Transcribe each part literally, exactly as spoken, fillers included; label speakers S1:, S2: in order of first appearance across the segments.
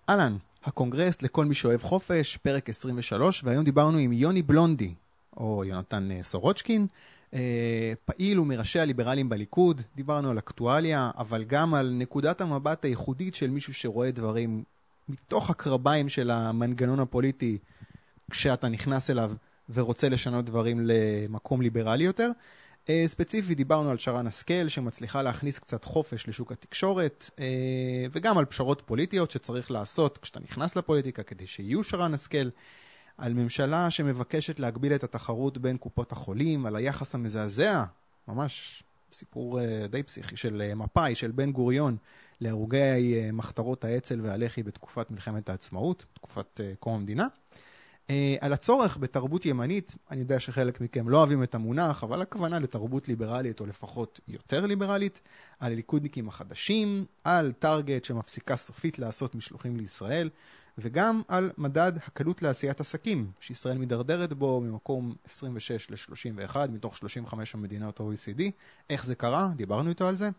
S1: אהלן, הקונגרס לכל מי שאוהב חופש, פרק עשרים ושלוש, והיום דיברנו עם יוני בלונדי, או יונתן סורוצ'קין, פעיל ומראשי הליברלים בליכוד. דיברנו על אקטואליה, אבל גם על נקודת המבט הייחודית של מישהו שרואה דברים מתוך הקרביים של המנגנון הפוליטי, כשאתה נכנס אליו ורוצה לשנות דברים למקום ליברלי יותר. ספציפית דיברנו על שרן השכל שמצליחה להכניס קצת חופש לשוק התקשורת, וגם על פשרות פוליטיות שצריך לעשות כשאתה נכנס לפוליטיקה כדי שיהיו שרן השכל, על ממשלה שמבקשת להגביל את התחרות בין קופות החולים, על היחס המזעזע, ממש סיפור די פסיכי של מפאי, של בן גוריון, להרוגי מחתרות האצ"ל והלח"י בתקופת מלחמת העצמאות, תקופת קום המדינה. על הצורך בתרבות ימנית, אני יודע שחלק מכם לא אוהבים את המונח, אבל הכוונה לתרבות ליברלית או לפחות יותר ליברלית, על הליכודניקים החדשים, על טארגט שמפסיקה סופית לעשות משלוחים לישראל, וגם על מדד הקלות לעשיית עסקים, שישראל מדרדרת בו ממקום עשרים ושש ל-שלושים ואחת מתוך שלושים וחמש המדינות ה-או אי סי די. איך זה קרה? דיברנו איתו על זה.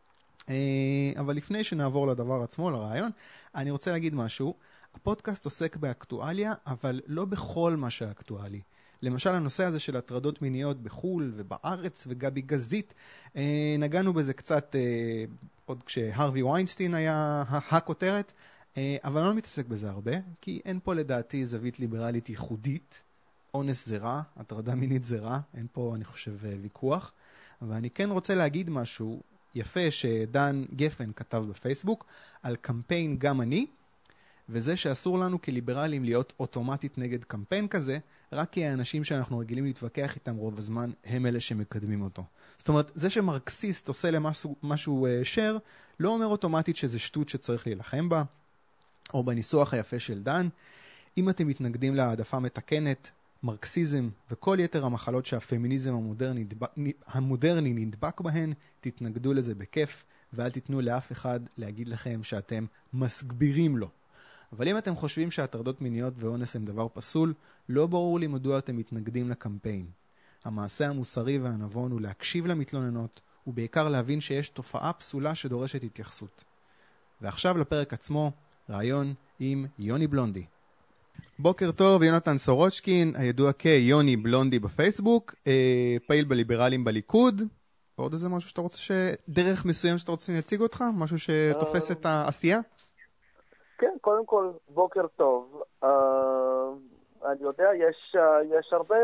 S1: אבל לפני שנעבור לדבר עצמו, לרעיון, אני רוצה להגיד משהו. הפודקאסט עוסק באקטואליה, אבל לא בכל מה שאקטואלי. למשל, הנושא הזה של הטרדות מיניות בחול ובארץ וגבי גזית, אה, נגענו בזה קצת אה, עוד כשהרווי ויינסטיין היה הכותרת, אה, אבל אני לא מתעסק בזה הרבה, כי אין פה לדעתי זווית ליברלית ייחודית. אונס זה רע, הטרדה מינית זה רע, אין פה אני חושב ויכוח. אבל אני כן רוצה להגיד משהו יפה שדן גפן כתב בפייסבוק, על קמפיין גם אני, וזה שאסור לנו כליברלים להיות אוטומטית נגד קמפיין כזה, רק כי האנשים שאנחנו רגילים להתווכח איתם רוב הזמן הם אלה שמקדמים אותו. זאת אומרת, זה שמרקסיסט עושה למשהו משהו שר, לא אומר אוטומטית שזה שטות שצריך להילחם בה, או בניסוח היפה של דן. אם אתם מתנגדים להעדפה מתקנת, מרקסיזם וכל יתר המחלות שהפמיניזם המודרני, המודרני נדבק בהן, תתנגדו לזה בכיף, ואל תיתנו לאף אחד להגיד לכם שאתם מסגבירים לו. אבל אם אתם חושבים שהטרדות מיניות ואונס הם דבר פסול, לא ברור לי מדוע אתם מתנגדים לקמפיין. המעשה המוסרי והנבון הוא להקשיב למתלוננות, ובעיקר להבין שיש תופעה פסולה שדורשת התייחסות. ועכשיו לפרק עצמו, רעיון עם יוני בלונדי. בוקר טוב, יונתן סורוצ'קין, הידוע כיוני בלונדי בפייסבוק, פעיל בליברלים בליכוד. עוד איזה משהו שאתה רוצה, דרך מסוים שאתה רוצה להציג אותך? משהו שתופס את העשייה?
S2: כן, קודם כל, בוקר טוב. Uh, אני יודע, יש, uh, יש הרבה,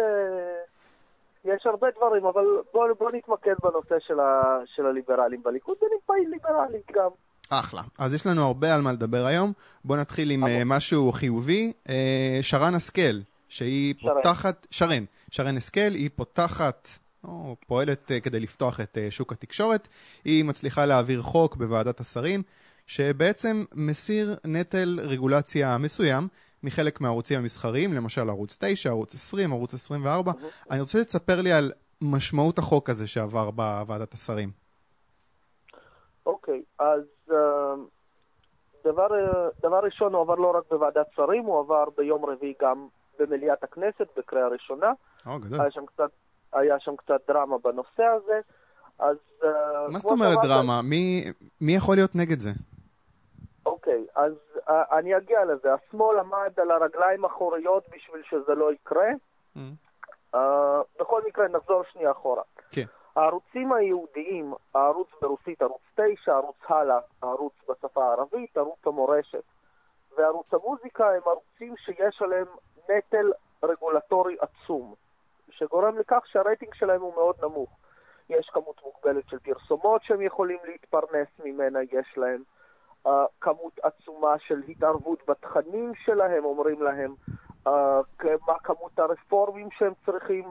S2: יש הרבה דברים, אבל בוא, בוא נתמקד בנושא של, ה, של הליברלים בליכוד, ואני פעיל ליברלי גם.
S1: אחלה. אז יש לנו הרבה על מה לדבר היום. בוא נתחיל עם uh, משהו חיובי. Uh, שרן השכל, שהיא שרן. פותחת, שרן, שרן השכל, היא פותחת, או פועלת uh, כדי לפתוח את uh, שוק התקשורת. היא מצליחה להעביר חוק בוועדת השרים, שבעצם מסיר נטל רגולציה מסוים מחלק מהערוצים המסחריים, למשל ערוץ תשע, ערוץ עשרים, ערוץ עשרים וארבע. אני רוצה לספר לי על משמעות החוק הזה שעבר בוועדת השרים.
S2: אוקיי, אז דבר, דבר ראשון הוא עבר לא רק בוועדת שרים, הוא עבר ביום רביעי גם במליאת הכנסת בקריאה ראשונה.
S1: או, גדול.
S2: היה שם קצת, היה שם קצת דרמה בנושא הזה. אז,
S1: מה זאת אומרת דרמה? מי, מי יכול להיות נגד זה?
S2: אוקיי, אז uh, אני אגיע לזה. השמאל עמד על הרגליים האחוריות בשביל שזה לא יקרה. Mm. Uh, בכל מקרה, נחזור שנייה אחורה.
S1: כן.
S2: הערוצים היהודיים, הערוץ ברוסית, ערוץ תשע, ערוץ הלאה, הערוץ בשפה הערבית, ערוץ המורשת, וערוץ המוזיקה הם ערוצים שיש עליהם נטל רגולטורי עצום, שגורם לכך שהרייטינג שלהם הוא מאוד נמוך. יש כמות מוגבלת של פרסומות שהם יכולים להתפרנס ממנה, יש להם uh, כמות עצומה של התערבות בתכנים שלהם, אומרים להם uh, מה כמות הרפורמים שהם צריכים uh,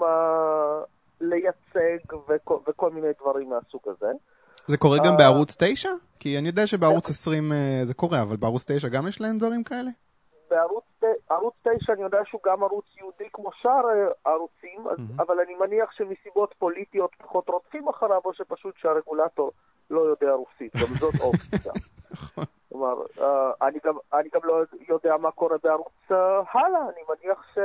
S2: לייצג וכל, וכל מיני דברים מהסוג הזה.
S1: זה קורה גם uh, בערוץ תשע? כי אני יודע שבערוץ עשרים uh, זה קורה, אבל בערוץ תשע גם יש להם דברים כאלה?
S2: בערוץ ערוץ תשע אני יודע שהוא גם ערוץ יהודי כמו שאר ערוצים, אז, mm-hmm. אבל אני מניח שמסיבות פוליטיות פחות רודפים אחריו, או שפשוט שהרגולטור לא יודע רוסית, גם זאת אופציה. כלומר, uh, אני, גם, אני גם לא יודע מה קורה בערוץ uh, הלאה, אני מניח ש...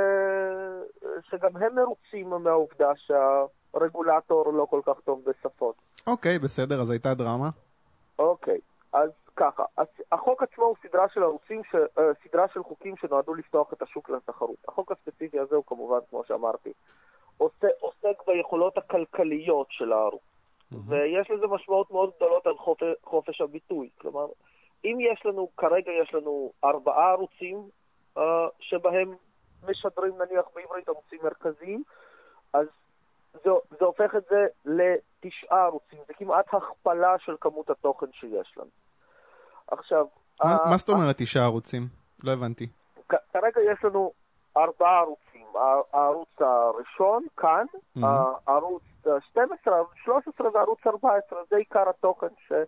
S2: שגם הם מרוצים מהעובדה שהרגולטור לא כל כך טוב בשפות.
S1: אוקיי, okay, בסדר, אז הייתה דרמה.
S2: אוקיי, אז ככה, החוק עצמו הוא סדרה של ערוצים, ש, סדרה של חוקים שנועדו לפתוח את השוק לתחרות. החוק הספציפי הזה הוא כמובן, כמו שאמרתי, עוסק, עוסק ביכולות הכלכליות של הערוץ. Mm-hmm. ויש לזה משמעות מאוד גדולות על חופש, חופש הביטוי. כלומר, אם יש לנו, כרגע יש לנו ארבעה ערוצים uh, שבהם משדרים נניח בעברית ערוצים מרכזיים, אז זה, זה הופך את זה לתשעה ערוצים. זה כמעט הכפלה של כמות התוכן שיש לנו. עכשיו...
S1: מה, ה- מה זאת אומרת תשעה ערוצים? לא הבנתי.
S2: כ- כרגע יש לנו ארבעה ערוצים. הערוץ הראשון, כאן, mm-hmm. הערוץ שתים עשרה, ערוץ שלוש עשרה וערוץ ארבע עשרה, זה עיקר התוכן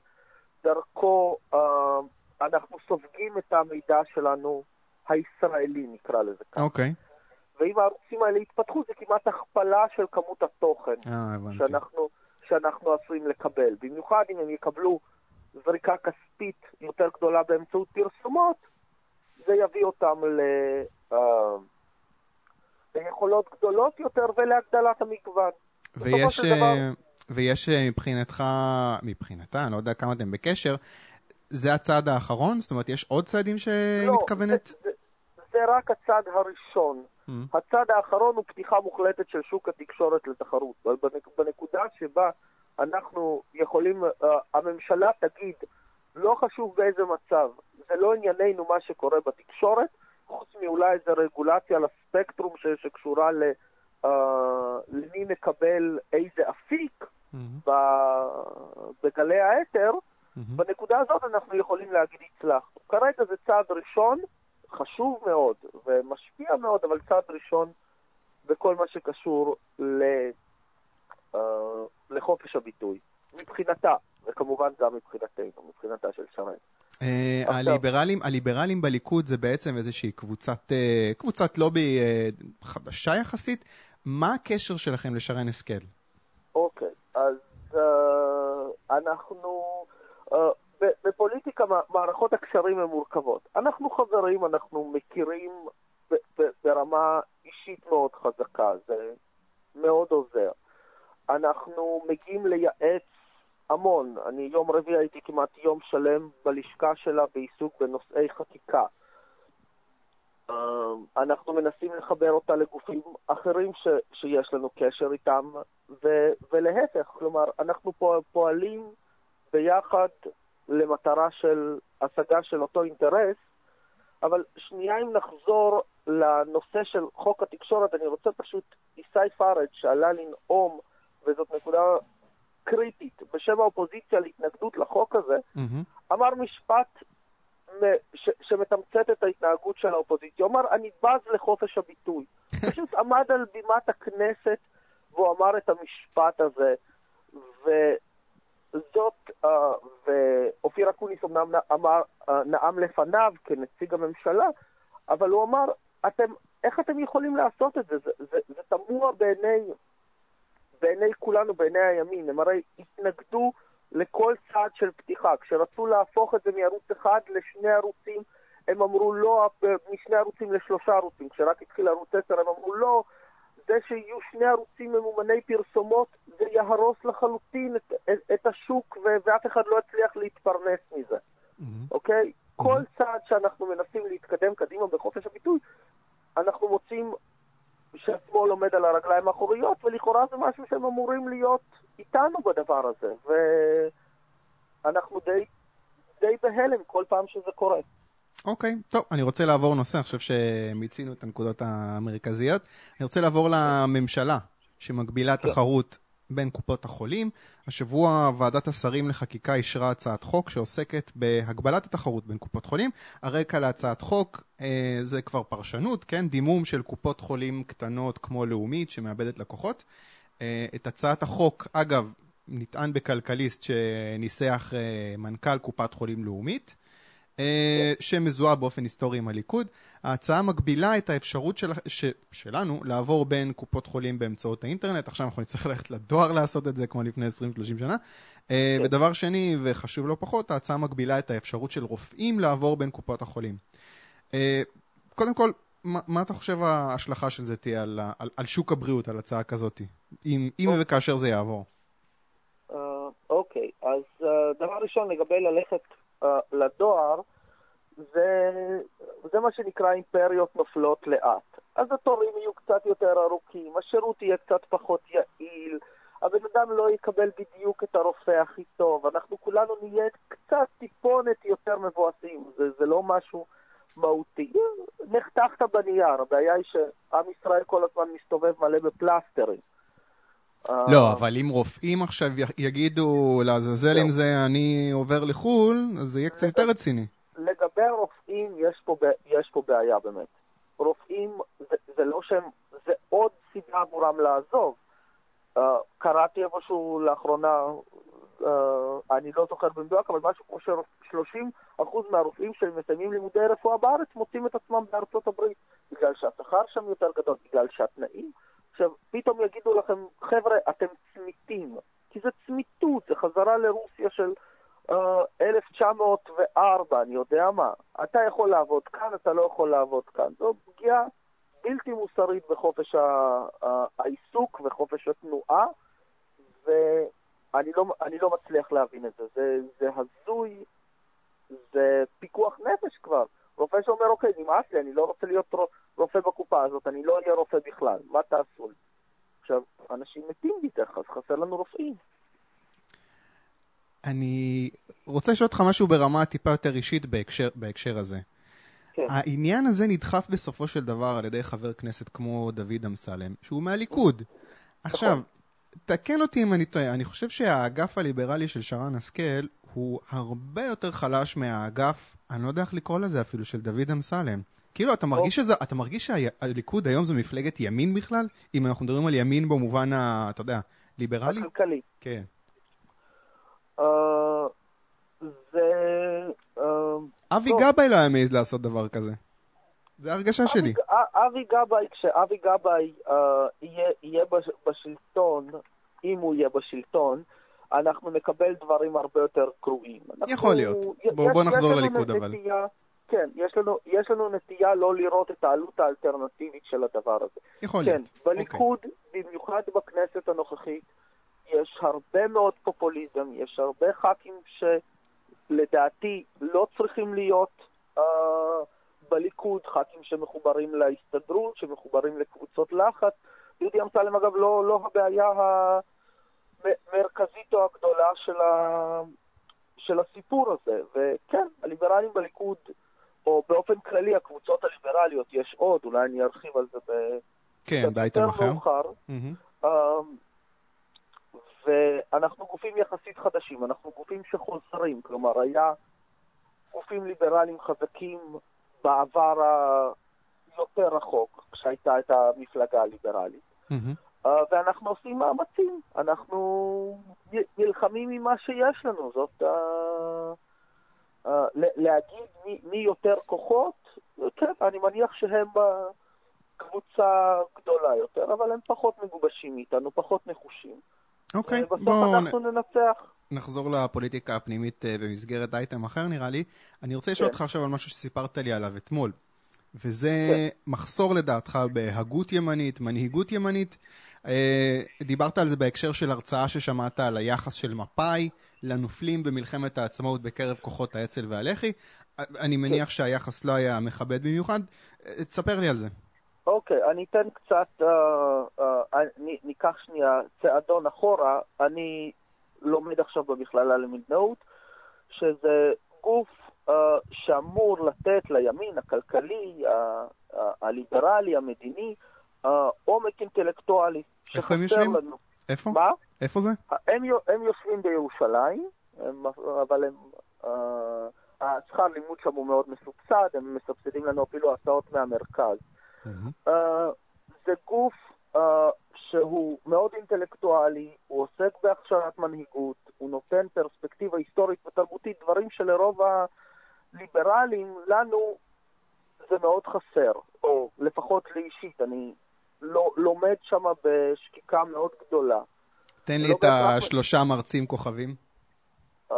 S2: שדרכו uh, אנחנו סופגים את המידע שלנו הישראלי, נקרא לזה ככה.
S1: אוקיי. Okay.
S2: ואם הערוצים האלה יתפתחו, זה כמעט הכפלה של כמות התוכן
S1: ah,
S2: שאנחנו, שאנחנו עשויים לקבל. במיוחד אם הם יקבלו זריקה כספית יותר גדולה באמצעות פרסומות, זה יביא אותם ל... Uh, ליכולות גדולות יותר ולהגדלת המגוון.
S1: ויש, דבר... ויש מבחינתך, מבחינתה, אני לא יודע כמה אתם בקשר, זה הצעד האחרון? זאת אומרת, יש עוד צעדים שמתכוונת?
S2: לא, זה, זה, זה רק הצעד הראשון. Mm-hmm. הצעד האחרון הוא פתיחה מוחלטת של שוק התקשורת לתחרות. בנקודה שבה אנחנו יכולים, uh, הממשלה תגיד, לא חשוב באיזה מצב, זה לא ענייננו מה שקורה בתקשורת, חוץ מאולי איזו רגולציה לספקטרום ש, שקשורה ל, uh, למי מקבל איזה אפיק mm-hmm. ב, בגלי האתר, mm-hmm. בנקודה הזאת אנחנו יכולים להגיד הצלחנו. כרגע זה צעד ראשון, חשוב מאוד ומשפיע מאוד, אבל צעד ראשון בכל מה שקשור ל, uh, לחופש הביטוי. מבחינתה, וכמובן גם מבחינתנו, מבחינתה של שרן.
S1: הליברלים, הליברלים בליכוד זה בעצם איזושהי קבוצת, קבוצת לובי חדשה יחסית. מה הקשר שלכם לשרן השכל?
S2: אוקיי, אז אנחנו, בפוליטיקה מערכות הקשרים הן מורכבות. אנחנו חברים, אנחנו מכירים ברמה אישית מאוד חזקה, זה מאוד עוזר. אנחנו מגיעים לייעץ המון. אני יום רביעי הייתי כמעט יום שלם בלשכה שלה בעיסוק בנושאי חקיקה. אנחנו מנסים לחבר אותה לגופים אחרים ש, שיש לנו קשר איתם, ו, ולהפך, כלומר, אנחנו פועלים ביחד למטרה של השגה של אותו אינטרס, אבל שנייה אם נחזור לנושא של חוק התקשורת, אני רוצה פשוט, איסי פארד שעלה לנאום, וזאת נקודה קריטית, בשם האופוזיציה להתנגדות לחוק הזה, mm-hmm. אמר משפט ש- שמתמצת את ההתנהגות של האופוזיציה. הוא אמר, אני בז לחופש הביטוי. פשוט עמד על בימת הכנסת, והוא אמר את המשפט הזה, וזאת, uh, ואופיר אקוניס אמנם אמר, uh, נאם לפניו כנציג הממשלה, אבל הוא אמר, אתם, איך אתם יכולים לעשות את זה? זה, זה, זה תמוה בעיני... בעיני כולנו, בעיני הימין. הם הרי התנגדו לכל צעד של פתיחה. כשרצו להפוך את זה מערוץ אחד לשני ערוצים, הם אמרו לא, משני ערוצים לשלושה ערוצים. כשרק התחיל ערוץ עשר, הם אמרו לא, זה שיהיו שני ערוצים ממומני פרסומות, זה יהרוס לחלוטין את, את, את השוק, ו- ואף אחד לא יצליח להתפרנס מזה. Mm-hmm. אוקיי? Mm-hmm. כל צעד שאנחנו מנסים להתקדם קדימה בחופש הביטוי, אנחנו מוצאים שהשמאל עומד על הרגליים האחוריות, ולכאורה זה משהו שהם אמורים להיות איתנו בדבר הזה, ואנחנו די, די בהלם כל פעם שזה קורה.
S1: אוקיי, okay, טוב, אני רוצה לעבור נושא, אני חושב שמיצינו את הנקודות המרכזיות. אני רוצה לעבור לממשלה, שמגבילה תחרות בין קופות החולים. השבוע ועדת השרים לחקיקה אישרה הצעת חוק שעוסקת בהגבלת התחרות בין קופות חולים. הרקע להצעת חוק אה, זה כבר פרשנות, כן? דימום של קופות חולים קטנות כמו לאומית שמאבדת לקוחות. אה, את הצעת החוק, אגב, נטען בכלכליסט שניסח אה, מנכ"ל קופת חולים לאומית, שמזוהה באופן היסטורי עם הליכוד. ההצעה מגבילה את האפשרות של, ש, שלנו לעבור בין קופות חולים באמצעות האינטרנט. עכשיו אנחנו נצטרך ללכת לדואר לעשות את זה כמו לפני עשרים שלושים שנה. ודבר שני, וחשוב לא פחות, ההצעה מגבילה את האפשרות של רופאים לעבור בין קופות החולים. קודם כל, מה, מה אתה חושב ההשלכה של זה תהיה על, על, על שוק הבריאות, על הצעה כזאת, אם, אם וכאשר זה יעבור?
S2: אוקיי, אז דבר ראשון, לגבי ללכת uh, לדואר, זה, זה מה שנקרא אימפריות נופלות לאט. אז התורים יהיו קצת יותר ארוכים, השירות יהיה קצת פחות יעיל, הבן אדם לא יקבל בדיוק את הרופא הכי טוב, אנחנו כולנו נהיה קצת טיפונת יותר מבואסים, זה, זה לא משהו מהותי. נחתכת בנייר, הבעיה היא שעם ישראל כל הזמן מסתובב מלא בפלסטרים.
S1: לא, אבל אם רופאים עכשיו יגידו לעזאזל עם זה, אני עובר לחול, אז זה יהיה קצת יותר רציני.
S2: לגבי הרופאים יש פה, יש פה בעיה באמת. רופאים, זה, זה לא שהם, זה עוד סיבה עבורם לעזוב. Uh, קראתי איפשהו לאחרונה, uh, אני לא זוכר במדויק, אבל משהו כמו ש-שלושים אחוז מהרופאים שמסיימים לימודי רפואה בארץ מוצאים את עצמם בארצות הברית, בגלל שהשכר שם יותר גדול, בגלל שהתנאים. עכשיו, פתאום יגידו לכם, חבר'ה, אתם צמיתים, כי זה צמיתות, זה חזרה לרוסיה של uh, אלף תשע מאות וארבע, אני יודע מה. אתה יכול לעבוד כאן, אתה לא יכול לעבוד כאן. זו פגיעה בלתי מוסרית בחופש העיסוק וחופש התנועה, ואני לא, אני לא מצליח להבין את זה. זה, זה הזוי, זה פיקוח נפש כבר. רופא שאומר, אוקיי, נמאס לי, אני לא רוצה להיות רופא בקופה הזאת, אני לא אהיה רופא בכלל, מה תעשו? עכשיו, אנשים מתים ביתך, אז חסר לנו רופאים.
S1: אני רוצה לשאול אותך משהו ברמה טיפה יותר אישית בהקשר, בהקשר הזה. כן. העניין הזה נדחף בסופו של דבר על ידי חבר כנסת כמו דוד אמסלם, שהוא מהליכוד. עכשיו, תקן אותי אם אני טועה, אני חושב שהאגף הליברלי של שרן השכל הוא הרבה יותר חלש מהאגף, אני לא יודע איך לקרוא לזה אפילו, של דוד אמסלם. כאילו, אתה מרגיש שזה, אתה מרגיש שהליכוד היום זו מפלגת ימין בכלל? אם אנחנו מדברים על ימין במובן, אתה יודע, ליברלי?
S2: הכלכלי.
S1: כן.
S2: זה...
S1: אבי גבאי לא היה מעז לעשות דבר כזה. זה הרגשה שלי.
S2: אבי גבאי, כשאבי גבאי יהיה בשלטון, אם הוא יהיה בשלטון, אנחנו נקבל דברים הרבה יותר קרועים.
S1: יכול להיות. בוא נחזור לליכוד אבל.
S2: כן, יש לנו, יש לנו נטייה לא לראות את העלות האלטרנטיבית של הדבר הזה.
S1: יכול להיות.
S2: כן, בליכוד, במיוחד בכנסת הנוכחית, יש הרבה מאוד פופוליזם, יש הרבה ח"כים שלדעתי לא צריכים להיות uh, בליכוד, ח"כים שמחוברים להסתדרות, שמחוברים לקבוצות לחץ. דודי אמסלם אגב לא, לא הבעיה המרכזית או הגדולה של, ה, של הסיפור הזה. וכן, הליברלים בליכוד, או באופן כללי הקבוצות הליברליות, יש עוד, אולי אני ארחיב על זה ב...
S1: כן, באייטם אחר.
S2: מאוחר. Mm-hmm. Uh, ואנחנו גופים יחסית חדשים, אנחנו גופים שחוזרים, כלומר היה גופים ליברליים חזקים בעבר היותר רחוק, כשהייתה את המפלגה הליברלית. Mm-hmm. Uh, ואנחנו עושים מאמצים, אנחנו נלחמים עם מה שיש לנו, זאת uh, uh, להגיד מי, מי יותר כוחות, כן, אני מניח שהם בקבוצה גדולה יותר, אבל הם פחות מגובשים איתנו, פחות נחושים.
S1: אוקיי,
S2: okay, בואו ננצח.
S1: נחזור לפוליטיקה הפנימית במסגרת אייטם אחר נראה לי. אני רוצה לשאול אותך עכשיו על משהו שסיפרת לי עליו אתמול, וזה מחסור לדעתך בהגות ימנית, מנהיגות ימנית. דיברת על זה בהקשר של הרצאה ששמעת על היחס של מפא"י לנופלים במלחמת העצמאות בקרב כוחות האצ"ל והלח"י. אני מניח שהיחס לא היה מכבד במיוחד. תספר לי על זה.
S2: אוקיי, okay, אני אתן קצת, uh, uh, אני, ניקח שנייה צעדון אחורה. אני לומד עכשיו במכללה למדינאות, שזה גוף uh, שאמור לתת לימין הכלכלי, uh, uh, הליברלי, המדיני, uh, עומק אינטלקטואלי.
S1: איפה הם יושבים?
S2: לנו.
S1: איפה?
S2: מה?
S1: איפה זה?
S2: הם, הם יושבים בירושלים, הם, אבל הם... Uh, השכר לימוד שם הוא מאוד מסובסד, הם מסבסדים לנו אפילו הסעות מהמרכז. Uh, זה גוף uh, שהוא מאוד אינטלקטואלי, הוא עוסק בהכשרת מנהיגות, הוא נותן פרספקטיבה היסטורית ותרבותית, דברים שלרוב הליברלים, לנו זה מאוד חסר, או לפחות לי אישית, אני לא, לומד שם בשקיקה מאוד גדולה.
S1: תן לי לא את השלושה מרצים כוכבים.
S2: Uh,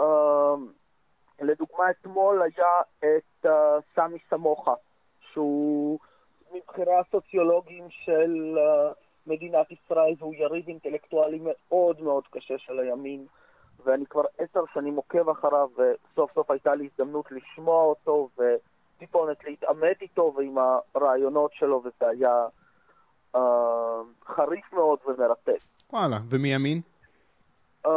S2: לדוגמה, אתמול היה את uh, סמי סמוחה, שהוא מבחירה סוציולוגים של uh, מדינת ישראל, והוא יריב אינטלקטואלי מאוד מאוד קשה של הימין, ואני כבר עשר שנים עוקב אחריו, וסוף סוף הייתה לי הזדמנות לשמוע אותו, וטיפונת להתעמת איתו ועם הרעיונות שלו, וזה היה uh, חריף מאוד ומרתק.
S1: וואלה, ומימין?
S2: Uh,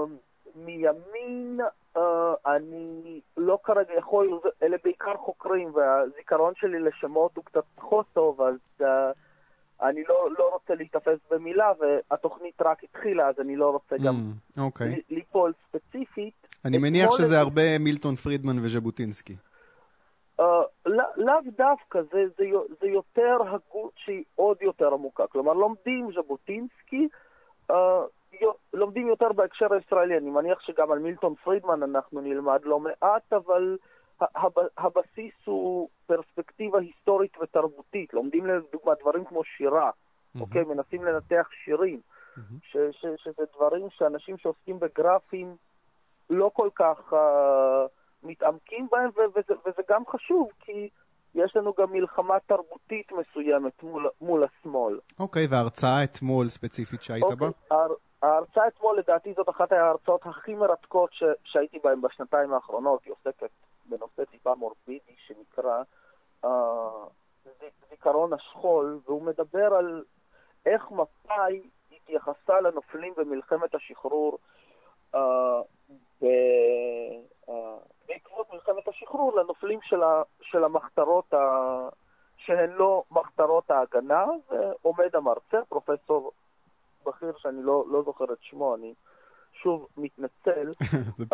S2: מימין, uh, אני לא כרגע יכול, אלה בעיקר חוקרים, והזיכרון שלי לשמות הוא קצת פחות טוב, אז uh, אני לא, לא רוצה להתאפס במילה, והתוכנית רק התחילה, אז אני לא רוצה גם
S1: mm, okay.
S2: ליפול ספציפית.
S1: אני מניח שזה את... הרבה מילטון פרידמן וז'בוטינסקי.
S2: Uh, לא, לא דווקא, זה, זה, זה יותר הגות שהיא עוד יותר עמוקה. כלומר, לומדים ז'בוטינסקי, uh, לומדים יותר בהקשר הישראלי. אני מניח שגם על מילטון פרידמן אנחנו נלמד לא מעט, אבל הבסיס הוא פרספקטיבה היסטורית ותרבותית. לומדים לדוגמה דברים כמו שירה, mm-hmm. אוקיי? מנסים לנתח שירים, mm-hmm. ש, ש, שזה דברים שאנשים שעוסקים בגרפים לא כל כך uh, מתעמקים בהם, ו, וזה, וזה גם חשוב, כי יש לנו גם מלחמה תרבותית מסוימת מול, מול השמאל.
S1: אוקיי, וההרצאה אתמול ספציפית שהיית
S2: אוקיי,
S1: בה?
S2: הר, ההרצאה אתמול לדעתי זאת אחת ההרצאות הכי מרתקות ש, שהייתי בהן בשנתיים האחרונות. היא עוסקת בנושא טיפה מורבידי שנקרא uh, זיכרון השכול, והוא מדבר על איך מפא"י התייחסה לנופלים במלחמת השחרור uh, ב, uh, בעקבות מלחמת השחרור לנופלים של, ה, של המחתרות ה, שהן לא מחתרות ההגנה, ועומד המרצה, פרופסור בכיר שאני לא, לא זוכר את שמו, אני שוב מתנצל, uh,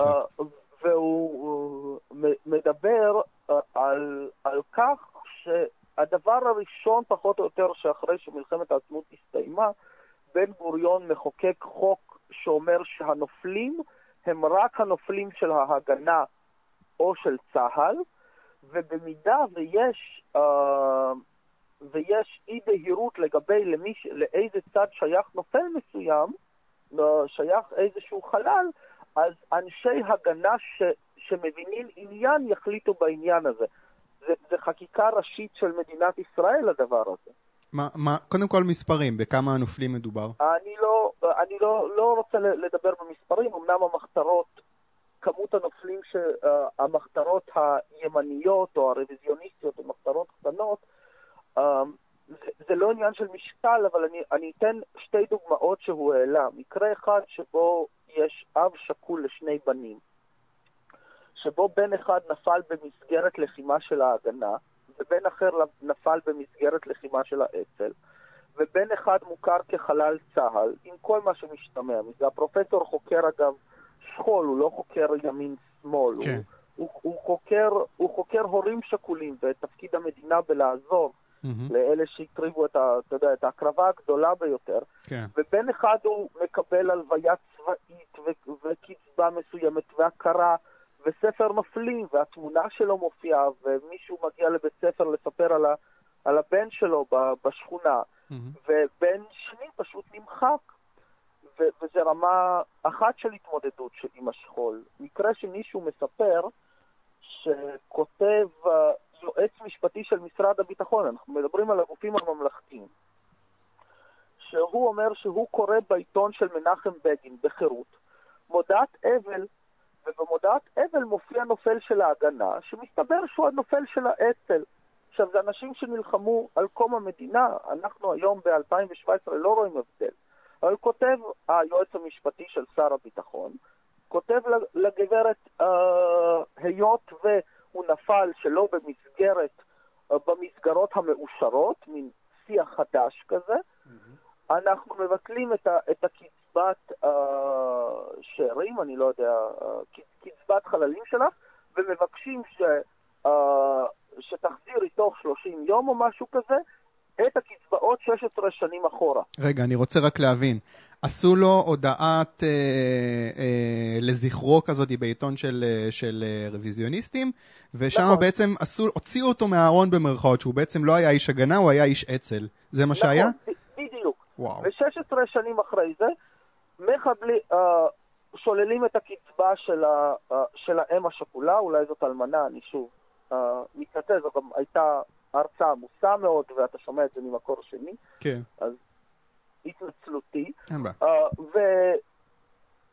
S2: והוא מדבר על, על כך שהדבר הראשון פחות או יותר שאחרי שמלחמת העצמאות הסתיימה, בן גוריון מחוקק חוק שאומר שהנופלים הם רק הנופלים של ההגנה או של צה"ל, ובמידה ויש, uh, ויש אי בהירות לגבי למי, לאיזה צד שייך נופל מסוים, שייך איזשהו חלל, אז אנשי הגנה ש, שמבינים עניין יחליטו בעניין הזה. זה, זה חקיקה ראשית של מדינת ישראל, הדבר הזה.
S1: מה, מה, קודם כל מספרים, בכמה הנופלים מדובר?
S2: אני לא, אני לא, לא רוצה לדבר במספרים, אמנם המחתרות, כמות הנופלים, המחתרות הימניות או הרוויזיוניסטיות, המחתרות קטנות, זה, זה לא עניין של משקל, אבל אני, אני אתן שתי דוגמאות שהוא העלה. מקרה אחד שבו יש אב שקול לשני בנים, שבו בן אחד נפל במסגרת לחימה של ההגנה, ובן אחר נפל במסגרת לחימה של האצ"ל, ובן אחד מוכר כחלל צה"ל, עם כל מה שמשתמע מזה. הפרופסור חוקר אגב שכול, הוא לא חוקר ימין-שמאל, כן. הוא, הוא, הוא, חוקר, הוא חוקר הורים שקולים, ותפקיד המדינה בלעזור mm-hmm. לאלה שהקריבו את, ה, אתה יודע, את ההקרבה הגדולה ביותר, כן. ובן אחד הוא מקבל הלוויה צבאית ו- וקצבה מסוימת והכרה וספר נופלים, והתמונה שלו מופיעה, ומישהו מגיע לבית ספר לספר על, ה- על הבן שלו ב- בשכונה, mm-hmm. ובן שני פשוט נמחק. ו- וזה רמה אחת של התמודדות של עם השכול. מקרה שמישהו מספר שכותב uh, יועץ משפטי של משרד הביטחון, אנחנו מדברים על הגופים הממלכתיים, שהוא אומר שהוא קורא בעיתון של מנחם בגין בחירות מודעת אבל, ובמודעת אבל מופיע נופל של ההגנה, שמסתבר שהוא הנופל של האצ"ל. עכשיו, זה אנשים שנלחמו על קום המדינה, אנחנו היום ב-אלפיים שבע עשרה לא רואים הבדל. אבל כותב היועץ המשפטי של שר הביטחון, כותב לגברת, אה, היות והוא נפל שלא במסגרת, אה, במסגרות המאושרות, מין שיח חדש כזה, mm-hmm. אנחנו מבטלים את, ה, את הקצבת אה, שערים, אני לא יודע, אה, קצבת חללים שלך, ומבקשים ש, אה, שתחזירי תוך שלושים יום או משהו כזה, את הקצבאות שש עשרה שנים אחורה.
S1: רגע, אני רוצה רק להבין. עשו לו הודעת אה, אה, לזכרו כזאת בעיתון של, של רוויזיוניסטים, ושם נכון. בעצם עשו, הוציאו אותו מהארון במרכאות, שהוא בעצם לא היה איש הגנה, הוא היה איש אצ"ל. זה מה נכון, שהיה?
S2: בדיוק.
S1: וואו.
S2: ו-שש עשרה שנים אחרי זה, מחבלי, אה, שוללים את הקצבה של, ה, אה, של האם השכולה, אולי זאת אלמנה, אני שוב אה, מתנצל, זו גם הייתה הרצאה עמוסה מאוד, ואתה שומע את זה ממקור שני. כן. אז התנצלותי. uh,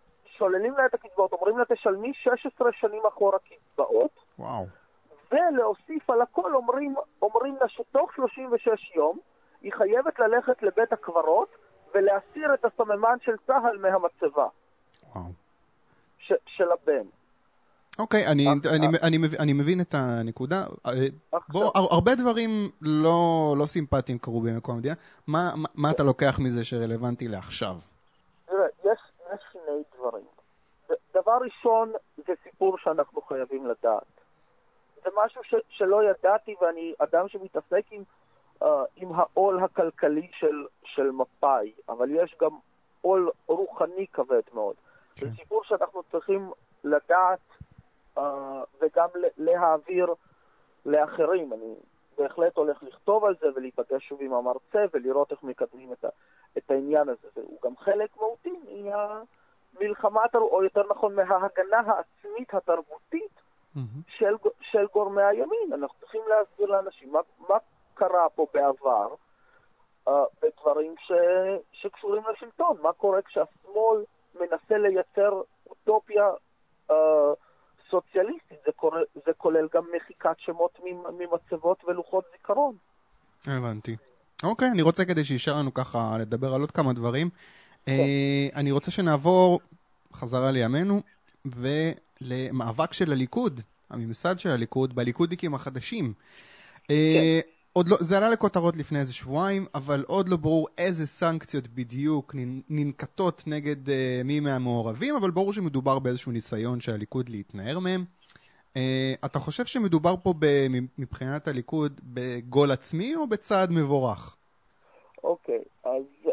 S2: שוללים לה את הקצבאות, אומרים לה תשלמי שש עשרה שנים אחורה קצבאות,
S1: וואו.
S2: ולהוסיף על הכל אומרים, אומרים לה שתוך שלושים ושש יום היא חייבת ללכת לבית הקברות ולהסיר את הסממן של צהל מהמצבה.
S1: וואו.
S2: ש, של הבן.
S1: אוקיי, אני, אני, אני, אני מבין את הנקודה. בוא, הרבה דברים לא, לא סימפטיים קרו במקום המדינה. מה, מה, מה אתה לוקח מזה שרלוונטי לעכשיו?
S2: תראה, יש, יש שני דברים. דבר ראשון, זה סיפור שאנחנו חייבים לדעת. זה משהו ש, שלא ידעתי, ואני אדם שמתעסק עם, uh, עם העול הכלכלי של, של מפאי, אבל יש גם עול רוחני כבד מאוד. כן. זה סיפור שאנחנו צריכים לדעת uh, וגם להעביר לאחרים. אני בהחלט הולך לכתוב על זה ולהיפגש שוב עם המרצה ולראות איך מקדמים את, ה, את העניין הזה. והוא גם חלק מהותי מהמלחמה, או יותר נכון מההגנה העצמית התרבותית של, של גורמי הימין. אנחנו צריכים להסביר לאנשים מה, מה קרה פה בעבר uh, בדברים ש, שקשורים לשלטון. מה קורה כשהשמאל מנסה לייצר אוטופיה uh, סוציאליסטית. זה, קורה, זה כולל גם מחיקת שמות ממצבות ולוחות זיכרון.
S1: הבנתי. אוקיי, אני רוצה כדי שישאר לנו ככה לדבר על עוד כמה דברים. כן. אה, אני רוצה שנעבור חזרה לימינו ולמאבק של הליכוד, הממסד של הליכוד, בליכודניקים החדשים. כן. אה, עוד לא, זה עלה לכותרות לפני איזה שבועיים, אבל עוד לא ברור איזה סנקציות בדיוק ננקטות נגד uh, מי מהמעורבים, אבל ברור שמדובר באיזשהו ניסיון של הליכוד להתנער מהם. Uh, אתה חושב שמדובר פה ב, מבחינת הליכוד בגול עצמי או בצעד מבורך?
S2: אוקיי, okay, אז uh,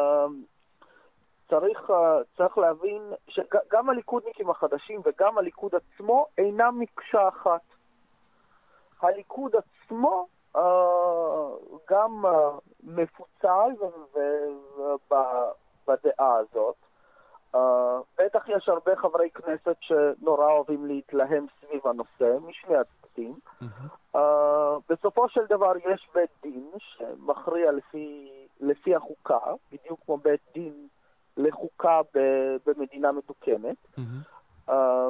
S2: צריך, uh, צריך להבין שגם הליכודניקים החדשים וגם הליכוד עצמו אינם מקשה אחת. הליכוד עצמו Uh, גם uh, מפוצל בדעה הזאת. Uh, בטח יש הרבה חברי כנסת שנורא אוהבים להתלהם סביב הנושא, משני הצדדים. Mm-hmm. Uh, בסופו של דבר יש בית דין שמכריע לפי, לפי החוקה, בדיוק כמו בית דין לחוקה במדינה מתוקנת. Mm-hmm. Uh,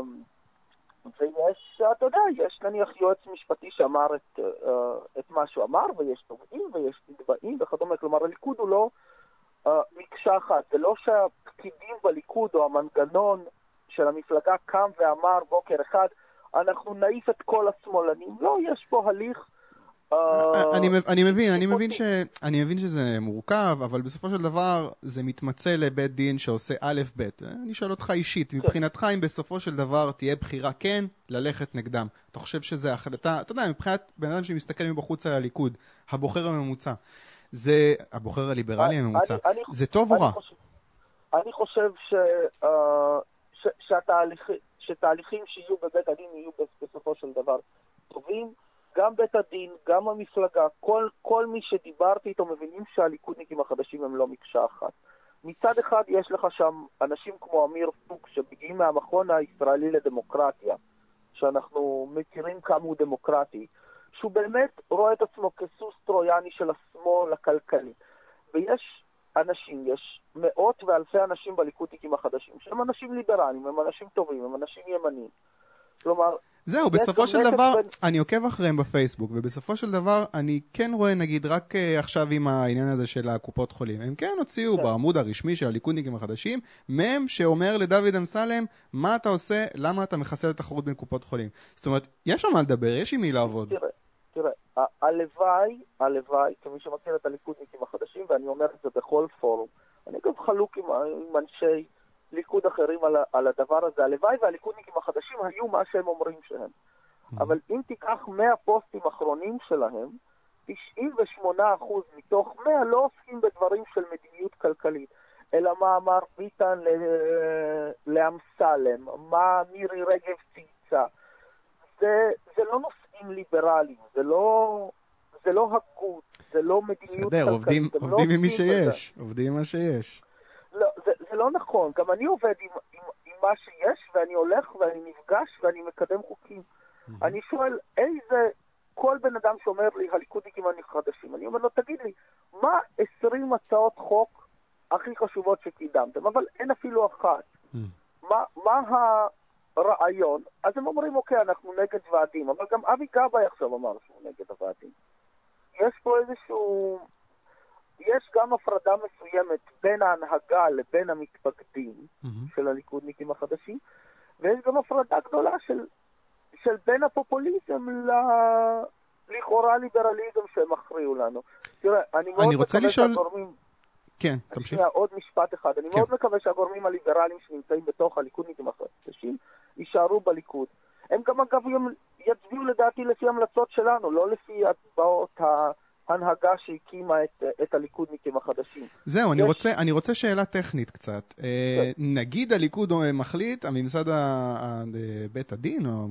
S2: ויש, אתה יודע, יש נניח יועץ משפטי שאמר את, uh, את מה שהוא אמר, ויש תובעים ויש נתבעים וכדומה. כלומר, הליכוד הוא לא uh, מקשה אחת. זה לא שהפקידים בליכוד או המנגנון של המפלגה קם ואמר בוקר אחד, אנחנו נעיף את כל השמאלנים. לא, יש פה הליך...
S1: אני, אני מבין, אני מבין ש, אני מבין שזה מורכב, אבל בסופו של דבר זה מתמצא לבית דין שעושה א' ב'. אני שואל אותך אישית, מבחינתך אם בסופו של דבר תהיה בחירה כן ללכת נגדם, אתה חושב שזה החלטה, אתה יודע, מבחינת בן אדם שמסתכל מבחוץ על הליכוד, הבוחר הממוצע, זה הבוחר הליברלי הממוצע, זה טוב או רע?
S2: אני חושב שתהליכים שיהיו בבית הדין יהיו בסופו של דבר טובים. גם בית הדין, גם המפלגה, כל, כל מי שדיברתי איתו מבינים שהליכודניקים החדשים הם לא מקשה אחת. מצד אחד יש לך שם אנשים כמו אמיר פוק שמגיעים מהמכון הישראלי לדמוקרטיה, שאנחנו מכירים כמה הוא דמוקרטי, שהוא באמת רואה את עצמו כסוס טרויאני של השמאל הכלכלי. ויש אנשים, יש מאות ואלפי אנשים בליכודניקים החדשים, שהם אנשים ליברליים, הם אנשים טובים, הם אנשים ימניים. כלומר,
S1: זהו, בסופו של דבר, אני עוקב אחריהם בפייסבוק, ובסופו של דבר אני כן רואה, נגיד, רק עכשיו עם העניין הזה של הקופות חולים, הם כן הוציאו בעמוד הרשמי של הליכודניקים החדשים, מהם שאומר לדוד אמסלם, מה אתה עושה, למה אתה מחסל את התחרות בין קופות חולים. זאת אומרת, יש שם מה לדבר, יש עם מי לעבוד.
S2: תראה, תראה, הלוואי, הלוואי, כמי שמכיר את הליכודניקים החדשים, ואני אומר את זה בכל פורום, אני גם חלוק עם, עם אנשי ליכוד אחרים על, על הדבר הזה. הלוואי והליכודניקים החדשים היו מה שהם אומרים שהם. Mm-hmm. אבל אם תיקח מאה פוסטים אחרונים שלהם, תשעים ושמונה אחוז מתוך מאה לא עוסקים בדברים של מדיניות כלכלית, אלא מה אמר ביטן לאמסלם, מה מירי רגב צייצה. זה, זה לא נושאים ליברליים, זה לא, זה לא הגות, זה לא מדיניות
S1: בסדר,
S2: כלכלית.
S1: עובדים, עובדים עם מי שיש, בזה. עובדים עם מה שיש.
S2: לא, זה, זה לא נכון. גם אני עובד עם, עם, עם מה שיש, ואני הולך ואני נפגש ואני מקדם חוקים. Mm-hmm. אני שואל איזה, כל בן אדם שאומר לי, הליכודניקים החדשים, אני אומר לו, תגיד לי, מה עשרים הצעות חוק הכי חשובות שקידמתם? אבל אין אפילו אחת. Mm-hmm. מה, מה הרעיון? אז הם אומרים, אוקיי, אנחנו נגד ועדים, אבל גם אבי גבאי עכשיו אמר שהוא נגד הוועדים. יש פה איזשהו... יש גם הפרדה מסוימת בין ההנהגה לבין המתפקדים mm-hmm. של הליכודניקים החדשים, ויש גם הפרדה גדולה של, של בין הפופוליזם ל... לכאורה ליברליזם שהם הכריעו לנו. תראה, אני מאוד
S1: אני רוצה
S2: מקווה
S1: לשאול...
S2: שהגורמים...
S1: כן, תמשיך.
S2: עוד משפט אחד. אני
S1: כן.
S2: מאוד מקווה שהגורמים הליברליים שנמצאים בתוך הליכודניקים החדשים יישארו בליכוד. הם גם אגב יצביעו לדעתי לפי המלצות שלנו, לא לפי הצבעות ההנהגה שהקימה את, את הליכודניקים החדשים.
S1: זהו,
S2: יש...
S1: אני, רוצה, אני רוצה שאלה טכנית קצת. כן. נגיד הליכוד מחליט, הממסד בית הדין, או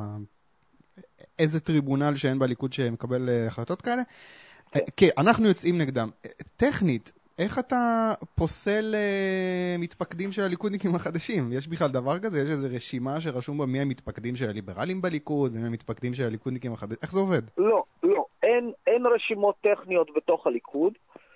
S1: איזה טריבונל שאין בליכוד שמקבל החלטות כאלה, כן. כן, אנחנו יוצאים נגדם. טכנית, איך אתה פוסל uh, מתפקדים של הליכודניקים החדשים? יש בכלל דבר כזה? יש איזו רשימה שרשום בה מי המתפקדים של הליברלים בליכוד, ומי המתפקדים של הליכודניקים החדשים? איך זה עובד?
S2: לא, לא. אין, אין רשימות טכניות בתוך הליכוד.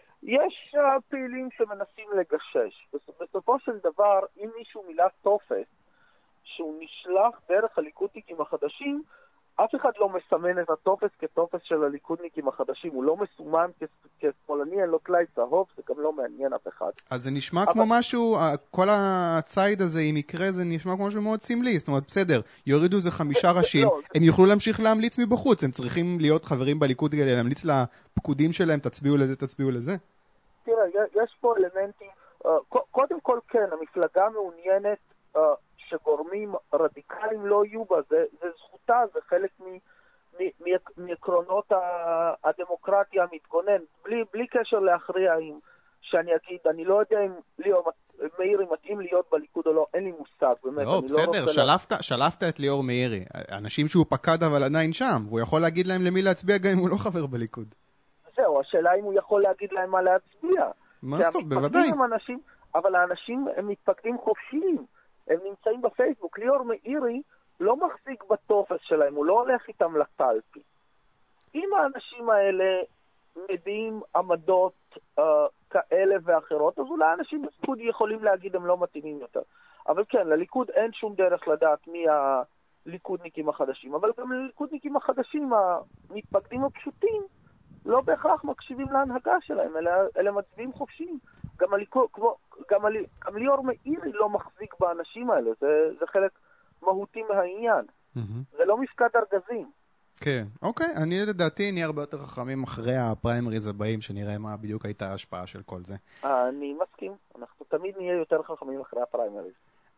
S2: יש uh, פעילים שמנסים לגשש. בסופו של דבר, אם מישהו מילא טופס שהוא נשלח דרך הליכודניקים החדשים, אף אחד לא מסמן את הטופס כטופס של הליכודניקים החדשים. הוא לא מסומן כשמאלני, אין לו טלאי צהוב, זה גם לא מעניין אף אחד.
S1: אז זה נשמע אבל... כמו משהו, כל הצייד הזה, אם יקרה, זה נשמע כמו משהו מאוד סמלי. זאת אומרת, בסדר, יורידו איזה חמישה ראשים, לא, הם יוכלו להמשיך להמליץ מבחוץ, הם צריכים להיות חברים בליכוד כדי להמליץ לפקודים שלהם, תצביעו לזה, תצביעו לזה.
S2: תראה, יש פה אלמנטים, uh, קודם כל כן, המפלגה מעוניינת uh, שגורמים רדיקליים לא יהיו בה, זה, זה זכותה, זה חלק מ, מ, מ, מעקרונות הדמוקרטיה המתגונן, בלי, בלי קשר להכריע אם, שאני אגיד, אני לא יודע אם ליאור מאירי מתאים להיות בליכוד או לא, אין לי מושג, באמת.
S1: לא,
S2: אני
S1: בסדר,
S2: לא
S1: שלפת, לה... שלפת את ליאור מאירי, אנשים שהוא פקד אבל עדיין שם, והוא יכול להגיד להם למי להצביע גם אם הוא לא חבר בליכוד.
S2: זהו, השאלה אם הוא יכול להגיד להם מה להצביע.
S1: מה סטוב, בוודאי.
S2: אנשים, אבל האנשים הם מתפקדים חופשיים. הם נמצאים בפייסבוק. ליאור מאירי לא מחזיק בטופס שלהם, הוא לא הולך איתם לטלפי. אם האנשים האלה מביאים עמדות uh, כאלה ואחרות, אז אולי האנשים בליכוד יכולים להגיד הם לא מתאימים יותר. אבל כן, לליכוד אין שום דרך לדעת מי הליכודניקים החדשים. אבל גם לליכודניקים החדשים, המתפקדים הפשוטים, לא בהכרח מקשיבים להנהגה שלהם, אלא, אלא מצביעים חופשיים. גם, הליכוד, כמו, גם, הלי, גם ליאור מאירי לא מחזיק באנשים האלה, זה, זה חלק מהותי מהעניין. Mm-hmm. זה לא מפקד ארגזים.
S1: כן, אוקיי. אני לדעתי נהיה הרבה יותר חכמים אחרי הפריימריז הבאים, שנראה מה בדיוק הייתה ההשפעה של כל זה.
S2: אני מסכים. אנחנו תמיד נהיה יותר חכמים אחרי הפריימריז.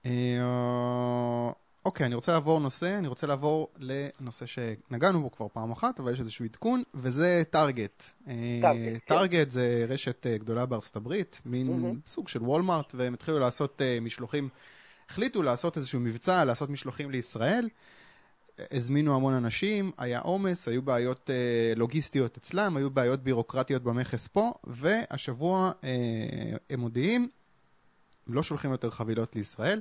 S1: אוקיי, אני רוצה לעבור נושא, אני רוצה לעבור לנושא שנגענו בו כבר פעם אחת, אבל יש איזשהו עדכון, וזה טארגט. טארגט זה רשת גדולה בארצות הברית, מין סוג של וולמארט, והם התחילו לעשות משלוחים, החליטו לעשות איזשהו מבצע, לעשות משלוחים לישראל, הזמינו המון אנשים, היה עומס, היו בעיות לוגיסטיות אצלם, היו בעיות בירוקרטיות במכס פה, והשבוע הם מודיעים, לא שולחים יותר חבילות לישראל,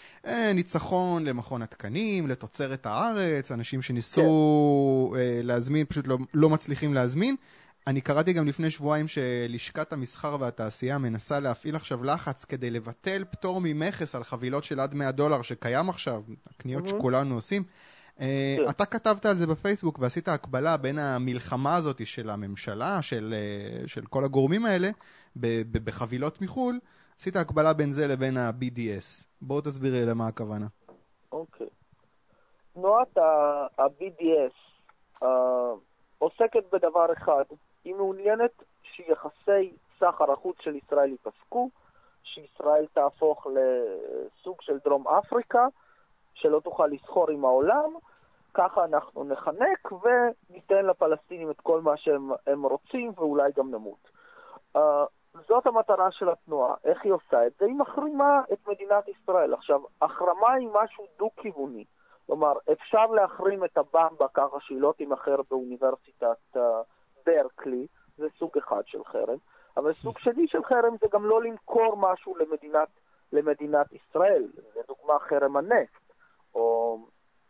S1: ניצחון למכון התקנים, לתוצרת הארץ, אנשים שניסו כן. להזמין, פשוט לא, לא מצליחים להזמין. אני קראתי גם לפני שבועיים שלשכת המסחר והתעשייה מנסה להפעיל עכשיו לחץ כדי לבטל פטור ממכס על חבילות של עד מאה דולר שקיים עכשיו, הקניות mm-hmm. שכולנו עושים. כן. אתה כתבת על זה בפייסבוק ועשית הקבלה בין המלחמה הזאת של הממשלה, של, של כל הגורמים האלה, בחבילות מחול, עשית הקבלה בין זה לבין ה-בי די אס. בואו תסבירי למה הכוונה.
S2: אוקיי. תנועת ה-בי די אס uh, עוסקת בדבר אחד. היא מעוניינת שיחסי סחר החוץ של ישראל ייפסקו, שישראל תהפוך לסוג של דרום אפריקה, שלא תוכל לסחור עם העולם, ככה אנחנו נחנק וניתן לפלסטינים את כל מה שהם רוצים ואולי גם נמות. Uh, זאת המטרה של התנועה. איך היא עושה את זה? היא מחרימה את מדינת ישראל. עכשיו, החרמה היא משהו דו-כיווני. כלומר, אפשר להחרים את הבמבה ככה שהיא לא תימחר באוניברסיטת uh, ברקלי, זה סוג אחד של חרם, אבל סוג שני של חרם זה גם לא למכור משהו למדינת, למדינת ישראל. לדוגמה, חרם הנפט, או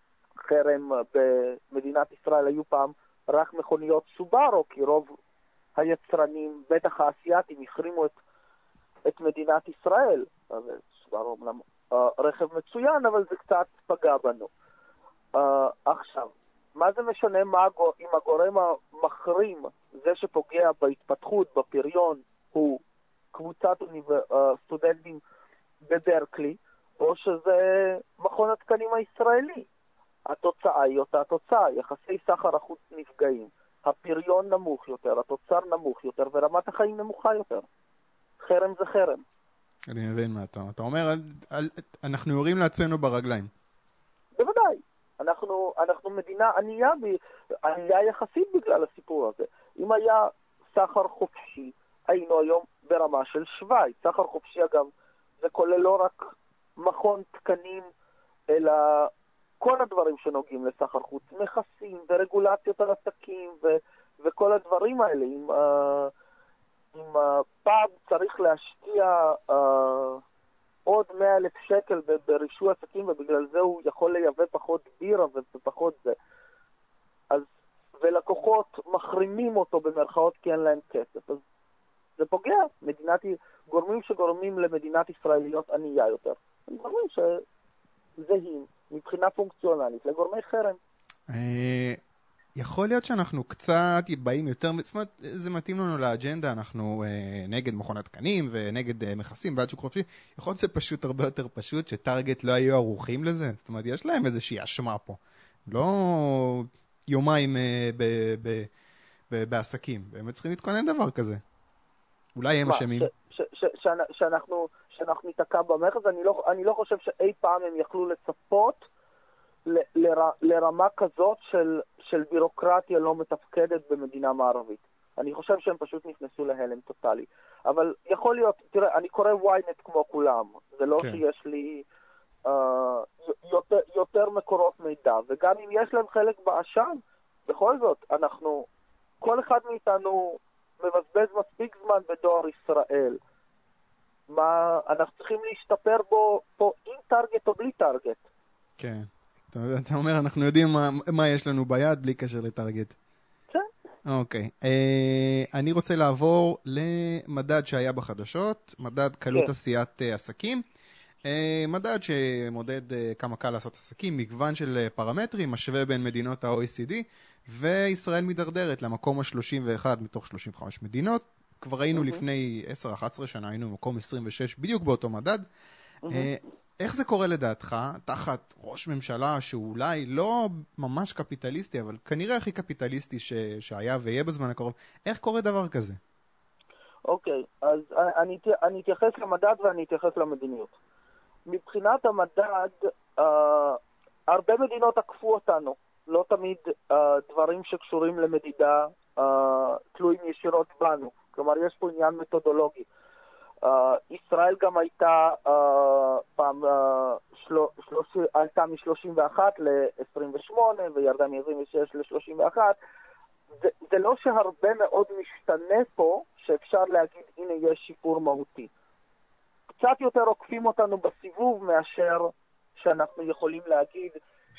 S2: חרם במדינת ישראל היו פעם רק מכוניות סובארו, כי רוב היצרנים, בטח האסייתים, החרימו את, את מדינת ישראל. אז סובארו רכב מצוין, אבל זה קצת פגע בנו. עכשיו, מה זה משנה מה, אם הגורם המחרים, זה שפוגע בהתפתחות, בפריון, הוא קבוצת סטודנטים בברקלי, או שזה מכון התקנים הישראלי? התוצאה היא אותה התוצאה, יחסי סחר החוץ נפגעים, הפריון נמוך יותר, התוצר נמוך יותר, ורמת החיים נמוכה יותר. חרם זה חרם.
S1: אני מבין מה אתה, אתה אומר, אנחנו יורים לעצמנו ברגליים.
S2: בוודאי. אנחנו, אנחנו מדינה ענייה, ענייה יחסית בגלל הסיפור הזה. אם היה סחר חופשי, היינו היום ברמה של שווייץ. סחר חופשי, אגב, זה כולל לא רק מכון תקנים, אלא כל הדברים שנוגעים לסחר חוץ, מכסים ורגולציות על עסקים ו- וכל הדברים האלה. אם, uh, אם uh, פעם צריך להשקיע uh, עוד מאה אלף שקל ברישוי עסקים, ובגלל זה הוא יכול לייבא פחות בירה ופחות זה. אז, ולקוחות מחרימים אותו במרכאות כי אין להם כסף. אז זה פוגע. מדינת, גורמים שגורמים למדינת ישראליות ענייה יותר. הם גורמים שזהים מבחינה פונקציונלית לגורמי חרם.
S1: יכול להיות שאנחנו קצת באים יותר, זאת אומרת, זה מתאים לנו לאג'נדה, אנחנו אה, נגד מכון התקנים ונגד אה, מכסים, בעד שוק חופשי. יכול להיות שזה פשוט הרבה יותר פשוט, שטארגט לא היו ערוכים לזה. זאת אומרת, יש להם איזושהי אשמה פה. לא יומיים אה, ב, ב, ב, בעסקים. באמת צריכים להתכונן דבר כזה. אולי הם אשמים.
S2: ש, ש, ש, ש, שאנחנו, שאנחנו ניתקע במכס, אני לא, אני לא חושב שאי פעם הם יכלו לצפות ל, לר, לרמה כזאת של, של בירוקרטיה לא מתפקדת במדינה מערבית. אני חושב שהם פשוט נכנסו להלם טוטלי. אבל יכול להיות, תראה, אני קורא וויינט כמו כולם. זה לא כן. שיש לי uh, יותר, יותר מקורות מידע. וגם אם יש להם חלק באשם, בכל זאת, אנחנו, כל אחד מאיתנו מבזבז מספיק זמן בדואר ישראל. מה, אנחנו צריכים להשתפר בו פה עם טארגט או בלי טארגט.
S1: כן. אתה, אתה אומר, אנחנו יודעים מה, מה יש לנו ביד בלי קשר לטארגט.
S2: כן.
S1: אוקיי. אה, אני רוצה לעבור למדד שהיה בחדשות, מדד קלות כן. עשיית אה, עסקים. אה, מדד שמודד אה, כמה קל לעשות עסקים, מגוון של אה, פרמטרים, משווה בין מדינות ה-או אי סי די, וישראל מדרדרת למקום ה-שלושים ואחת מתוך שלושים וחמש מדינות. כבר היינו mm-hmm. לפני עשר אחת עשרה שנה, היינו במקום עשרים ושש, בדיוק באותו מדד. Mm-hmm. אה, איך זה קורה לדעתך, תחת ראש ממשלה שאולי לא ממש קפיטליסטי, אבל כנראה הכי קפיטליסטי ש... שהיה ויהיה בזמן הקרוב, איך קורה דבר כזה?
S2: אוקיי, okay, אז אני, אני אתייחס למדד ואני אתייחס למדיניות. מבחינת המדד, uh, הרבה מדינות עקפו אותנו. לא תמיד uh, דברים שקשורים למדידה uh, תלויים ישירות בנו. כלומר, יש פה עניין מתודולוגי. Uh, ישראל גם הייתה uh, פעם uh, שלו, שלוש, עלתה מ-שלושים ואחת ל-עשרים ושמונה וירדה מ-עשרים ושש ל-שלושים ואחת. זה, זה לא שהרבה מאוד משתנה פה שאפשר להגיד הנה יש שיפור מהותי. קצת יותר עוקפים אותנו בסיבוב מאשר שאנחנו יכולים להגיד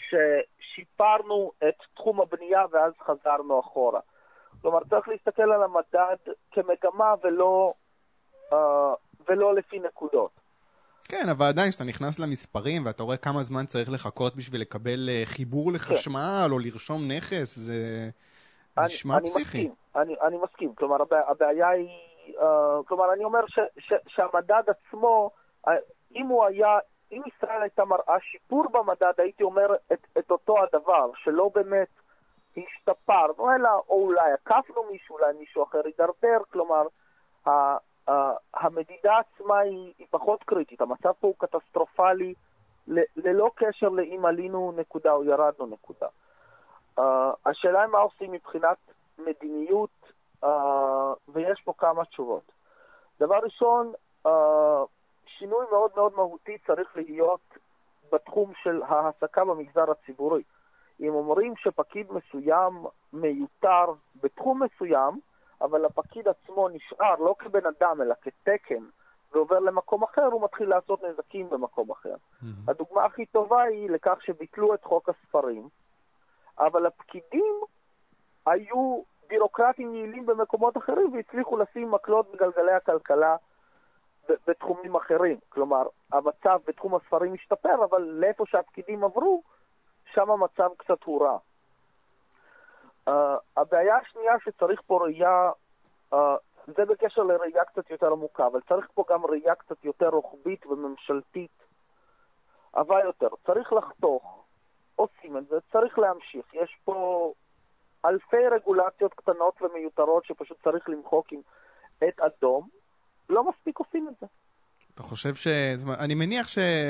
S2: ששיפרנו את תחום הבנייה ואז חזרנו אחורה. כלומר, צריך להסתכל על המדד כמגמה ולא, uh, ולא לפי נקודות.
S1: כן, אבל עדיין כשאתה נכנס למספרים ואתה רואה כמה זמן צריך לחכות בשביל לקבל חיבור לחשמל כן. או לרשום נכס, זה נשמע
S2: אני,
S1: פסיכי.
S2: אני מסכים, אני, אני מסכים. כלומר, הבעיה היא... Uh, כלומר, אני אומר ש, ש, שהמדד עצמו, uh, אם הוא היה, אם ישראל הייתה מראה שיפור במדד, הייתי אומר את, את אותו הדבר, שלא באמת השתפרנו, אלא או אולי עקפנו מישהו, אולי מישהו אחר ידרדר, כלומר, ה, uh, המדידה עצמה היא, היא פחות קריטית, המצב פה הוא קטסטרופלי, ל, ללא קשר לאם עלינו נקודה או ירדנו נקודה. Uh, השאלה היא מה עושים מבחינת מדיניות, Uh, ויש פה כמה תשובות. דבר ראשון, uh, שינוי מאוד מאוד מהותי צריך להיות בתחום של ההעסקה במגזר הציבורי. אם אומרים שפקיד מסוים מיותר בתחום מסוים, אבל הפקיד עצמו נשאר לא כבן אדם אלא כתקן ועובר למקום אחר, הוא מתחיל לעשות נזקים במקום אחר. Mm-hmm. הדוגמה הכי טובה היא לכך שביטלו את חוק הספרים, אבל הפקידים היו בירוקרטים יעילים במקומות אחרים והצליחו לשים מקלות בגלגלי הכלכלה בתחומים אחרים. כלומר, המצב בתחום הספרים משתפר, אבל לאיפה שהפקידים עברו, שם המצב קצת הורע. Uh, הבעיה השנייה שצריך פה ראייה, uh, זה בקשר לראייה קצת יותר עמוקה, אבל צריך פה גם ראייה קצת יותר רוחבית וממשלתית, אבל יותר. צריך לחתוך, עושים את זה, צריך להמשיך. יש פה אלפי רגולציות קטנות ומיותרות שפשוט צריך למחוק עם את אדום. לא מספיק עושים את זה.
S1: אתה חושב ש... אני מניח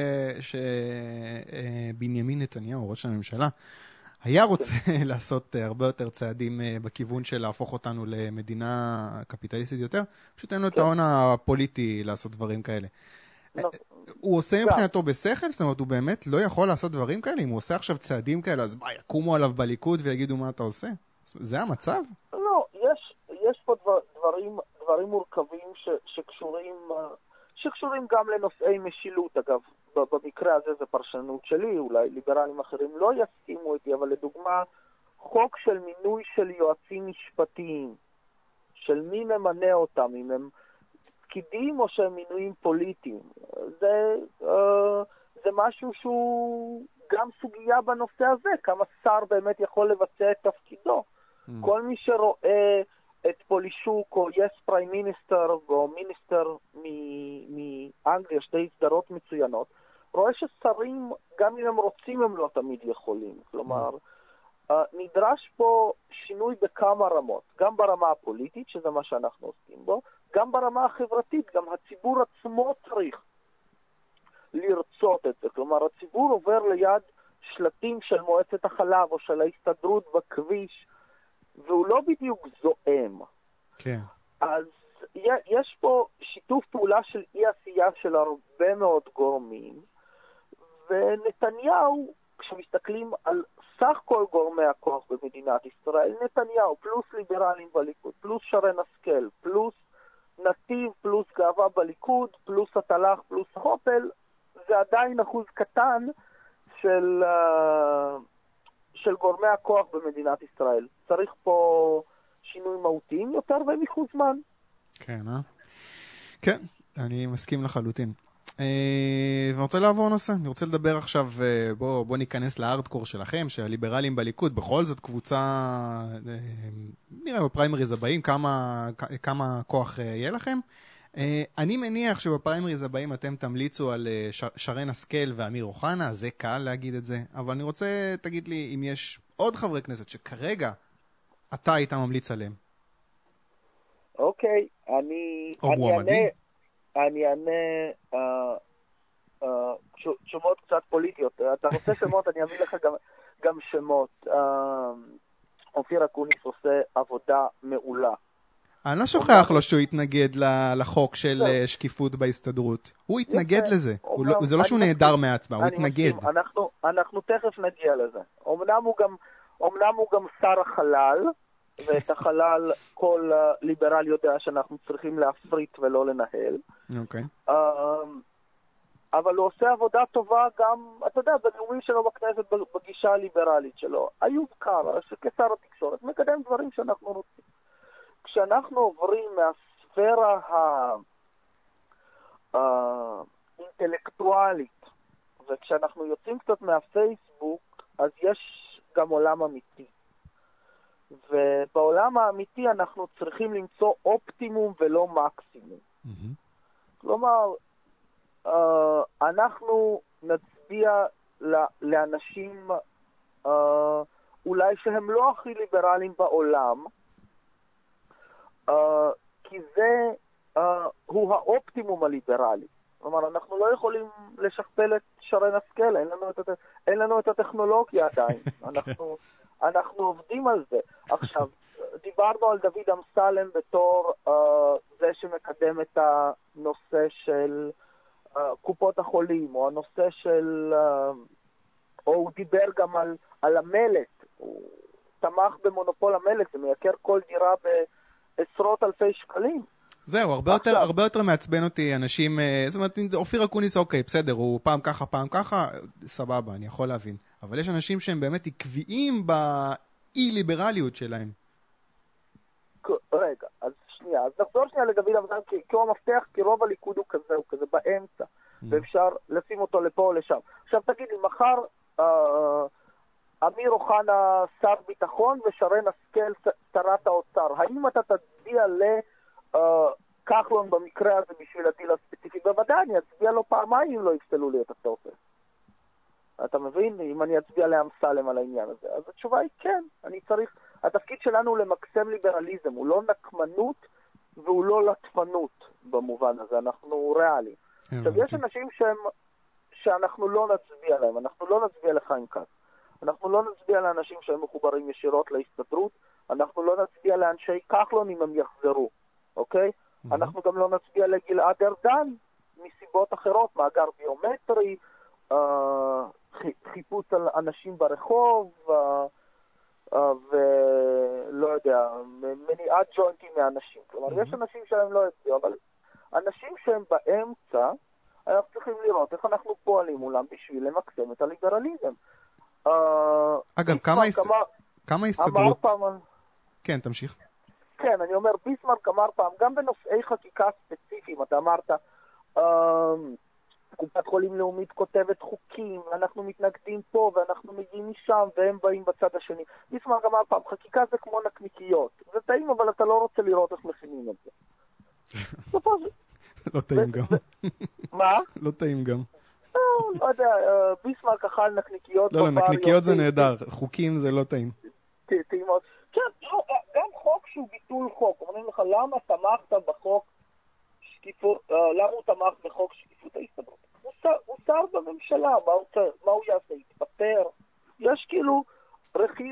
S1: שבנימין נתניהו, ראש הממשלה, היה רוצה לעשות הרבה יותר צעדים בכיוון של להפוך אותנו למדינה קפיטליסטית יותר, פשוט אין לו את ההון הפוליטי לעשות דברים כאלה. הוא עושה מבחינתו בשכל? זאת אומרת, הוא באמת לא יכול לעשות דברים כאלה? אם הוא עושה עכשיו צעדים כאלה, אז מה, יקומו עליו בליכוד ויגידו מה אתה עושה? זה המצב?
S2: לא, יש, יש פה דבר, דברים, דברים מורכבים ש, שקשורים, שקשורים גם לנושאי משילות. אגב, במקרה הזה זה פרשנות שלי, אולי ליברלים אחרים לא יסכימו איתי, אבל לדוגמה, חוק של מינוי של יועצים משפטיים, של מי ממנה אותם, אם הם פקידים או שהם מינויים פוליטיים. זה, אה, זה משהו שהוא גם סוגיה בנושא הזה, כמה שר באמת יכול לבצע את תפקידו. Mm. כל מי שרואה את פולישוק או יס פריים מיניסטר או מיניסטר מאנגליה, שתי סדרות מצוינות, רואה ששרים, גם אם הם רוצים, הם לא תמיד יכולים. כלומר, mm. uh, נדרש פה שינוי בכמה רמות, גם ברמה הפוליטית, שזה מה שאנחנו עושים בו, גם ברמה החברתית, גם הציבור עצמו צריך לרצות את זה. כלומר, הציבור עובר ליד שלטים של מועצת החלב או של ההסתדרות בכביש, והוא לא בדיוק זועם.
S1: כן.
S2: אז יש פה שיתוף פעולה של אי עשייה של הרבה מאוד גורמים, ונתניהו, כשמסתכלים על סך כל גורמי הכוח במדינת ישראל, נתניהו פלוס ליברלים בליכוד, פלוס שרן השכל, פלוס נתיב, פלוס גאווה בליכוד, פלוס התל"ח, פלוס חופל, זה עדיין אחוז קטן של, של גורמי הכוח במדינת ישראל. צריך פה שינוי מהותיים יותר והם ייקחו זמן.
S1: כן, אה? כן, אני מסכים לחלוטין. ואני רוצה לעבור נושא, אני רוצה לדבר עכשיו, בוא, בוא ניכנס לארדקור שלכם, שהליברלים בליכוד, בכל זאת קבוצה, נראה בפריימריז הבאים, כמה, כמה כוח יהיה לכם. אני מניח שבפריימריז הבאים אתם תמליצו על שרן השכל ואמיר אוחנה, זה קל להגיד את זה, אבל אני רוצה, תגיד לי, אם יש עוד חברי כנסת שכרגע אתה היית ממליץ עליהם.
S2: אוקיי, אני...
S1: או מועמדים?
S2: אני אענה שמות קצת פוליטיות. אתה רוצה שמות, אני אביא לך גם שמות. אופיר אקוניס עושה עבודה מעולה.
S1: אני לא שוכח לו שהוא התנגד לחוק של שקיפות בהסתדרות. הוא התנגד לזה. זה לא שהוא נהדר מההצבעה, הוא התנגד.
S2: אנחנו תכף נגיע לזה. אמנם הוא גם שר החלל, ואת החלל כל ליברל יודע שאנחנו צריכים להפריט ולא לנהל.
S1: אוקיי.
S2: אבל הוא עושה עבודה טובה גם, אתה יודע, בנאומים שלו בכנסת, בגישה הליברלית שלו. איוב קרא, שכשר התקשורת, מקדם דברים שאנחנו רוצים. כשאנחנו עוברים מהספירה האינטלקטואלית, וכשאנחנו יוצאים קצת מהפייסבוק, אז יש גם עולם אמיתי. ובעולם האמיתי אנחנו צריכים למצוא אופטימום ולא מקסימום. Mm-hmm. כלומר, אנחנו נצביע לאנשים אולי שהם לא הכי ליברליים בעולם, כי זה הוא האופטימום הליברלי. כלומר, אנחנו לא יכולים לשכפל את שרן השכל, אין לנו את, אין לנו את הטכנולוגיה עדיין. אנחנו, אנחנו עובדים על זה. עכשיו, דיברנו על דוד אמסלם בתור uh, זה שמקדם את הנושא של uh, קופות החולים, או הנושא של, uh, או הוא דיבר גם על, על המלט. הוא תמך במונופול המלט, זה מייקר כל דירה בעשרות אלפי שקלים.
S1: זהו, הרבה יותר, הרבה יותר מעצבן אותי אנשים, זאת אומרת, אופיר אקוניס, אוקיי, בסדר, הוא פעם ככה, פעם ככה, סבבה, אני יכול להבין. אבל יש אנשים שהם באמת עקביים באי-ליברליות שלהם.
S2: רגע, אז שנייה, שנייה, אז נחזור שנייה לדוד אבנר, כי, כי הוא המפתח, כי רוב הליכוד הוא כזה, הוא כזה באמצע, mm. ואפשר לשים אותו לפה או לשם. עכשיו תגיד לי, מחר אה, אמיר אוחנה שר ביטחון ושרן השכל שרת האוצר, האם אתה תצביע לכחלון אה, במקרה הזה בשביל הדיל הספציפי? בוודאי, אני אצביע לו פעמיים אם לא יפסלו לי את הטופס. אתה מבין? אם אני אצביע לאמסלם על העניין הזה. אז התשובה היא כן, אני צריך... התפקיד שלנו הוא למקסם ליברליזם, הוא לא נקמנות והוא לא לטפנות במובן הזה, אנחנו ריאלי. עכשיו, יש אנשים שהם, שאנחנו לא נצביע להם, אנחנו לא נצביע לחיים כץ. אנחנו לא נצביע לאנשים שהם מחוברים ישירות להסתדרות, אנחנו לא נצביע לאנשי כחלון אם הם יחזרו, אוקיי? Mm-hmm. אנחנו גם לא נצביע לגלעד ארדן מסיבות אחרות, מאגר ביומטרי, אה, חיפוש על אנשים ברחוב, אה, ולא יודע, מניעת ג'וינטים מאנשים. כלומר, mm-hmm. יש אנשים שהם לא יצביעו, אבל אנשים שהם באמצע, אנחנו צריכים לראות איך אנחנו פועלים מולם בשביל למקסם את הליברליזם.
S1: אגב, כמה, הסת... כמה... כמה הסתדרות... פעם... כן, תמשיך.
S2: כן, אני אומר, ביסמרק אמר פעם, גם בנושאי חקיקה ספציפיים, אתה אמרת, קופת חולים לאומית כותבת חוקים, ואנחנו מתנגדים פה, ואנחנו מגיעים משם, והם באים בצד השני. ביסמרק אמר פעם, חקיקה זה כמו נקניקיות. זה טעים, אבל אתה לא רוצה לראות איך מכינים את זה.
S1: לא טעים גם.
S2: מה?
S1: לא טעים גם.
S2: לא יודע, ביסמרק אכל נקניקיות.
S1: לא, לא, נקניקיות זה נהדר, חוקים זה לא טעים.
S2: טעימות. כן, גם חוק שהוא ביטול חוק. אומרים לך, למה תמכת בחוק שקיפות, למה הוא תמך בחוק שקיפות ההסתדרות? הוא שר בממשלה, מה הוא יעשה? יתפטר? יש כאילו רכיב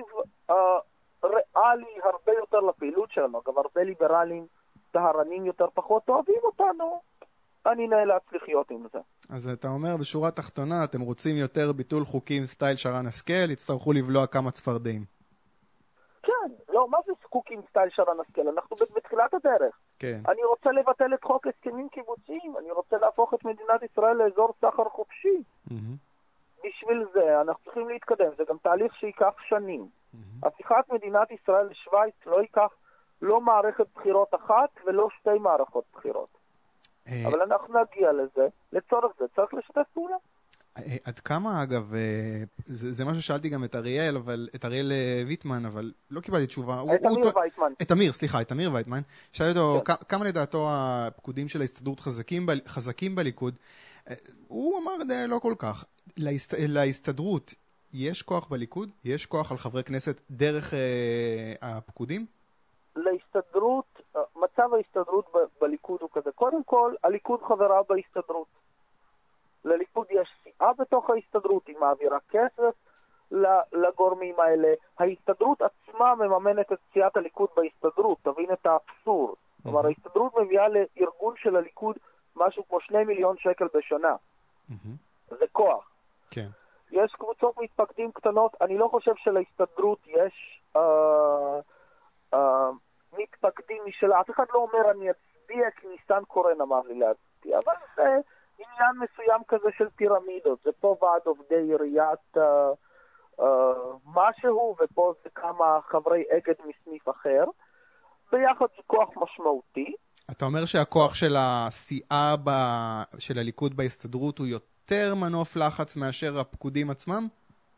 S2: ריאלי הרבה יותר לפעילות שלנו, גם הרבה ליברלים, טהרנים יותר פחות, אוהבים אותנו. אני נאלץ לחיות עם זה.
S1: אז אתה אומר, בשורה תחתונה, אתם רוצים יותר ביטול חוקים סטייל שרן השכל, יצטרכו לבלוע כמה צפרדעים.
S2: כן, לא, מה זה חוקים סטייל שרן השכל? אנחנו בתחילת הדרך.
S1: כן.
S2: אני רוצה לבטל את חוק הסכמים קיבוציים, אני רוצה להפוך את מדינת ישראל לאזור סחר חופשי. Mm-hmm. בשביל זה אנחנו צריכים להתקדם, זה גם תהליך שיקח שנים. Mm-hmm. הפיכת מדינת ישראל לשוויץ לא ייקח לא מערכת בחירות אחת ולא שתי מערכות בחירות. אבל אנחנו נגיע לזה, לצורך זה צריך לשתף פעולה.
S1: עד כמה, אגב, זה, זה משהו ששאלתי גם את אריאל, אבל, את אריאל ויטמן, אבל לא קיבלתי תשובה.
S2: את הוא, אמיר הוא, ויטמן.
S1: את אמיר, סליחה, את אמיר ויטמן. שאלתי אותו, כן. כמה לדעתו הפקודים של ההסתדרות חזקים, חזקים בליכוד? הוא אמר, לא כל כך. להסת, להסתדרות, יש כוח בליכוד? יש כוח על חברי כנסת דרך אה, הפקודים?
S2: להסתדרות, מצב ההסתדרות ב- בליכוד הוא כזה. קודם כל, הליכוד חברה בהסתדרות. לליכוד יש סיעה בתוך ההסתדרות, היא מעבירה כסף לגורמים האלה. ההסתדרות עצמה מממנת את סיעת הליכוד בהסתדרות, תבין את האבסורד. Mm-hmm. כלומר, ההסתדרות מביאה לארגון של הליכוד משהו כמו שני מיליון שקל בשנה. Mm-hmm. זה כוח.
S1: כן.
S2: יש קבוצות מתפקדים קטנות, אני לא חושב שלהסתדרות יש אה, אה, מתפקדים משלה. אף אחד לא אומר אני אצביע כי ניסן קורן אמר לי להצביע, אבל זה עניין מסוים כזה של פירמידות. זה פה ועד עובדי עיריית אה, אה, משהו, ופה זה כמה חברי אגד מסניף אחר. ביחד זה כוח משמעותי.
S1: אתה אומר שהכוח של הסיעה ב... של הליכוד בהסתדרות הוא יותר מנוף לחץ מאשר הפקודים עצמם?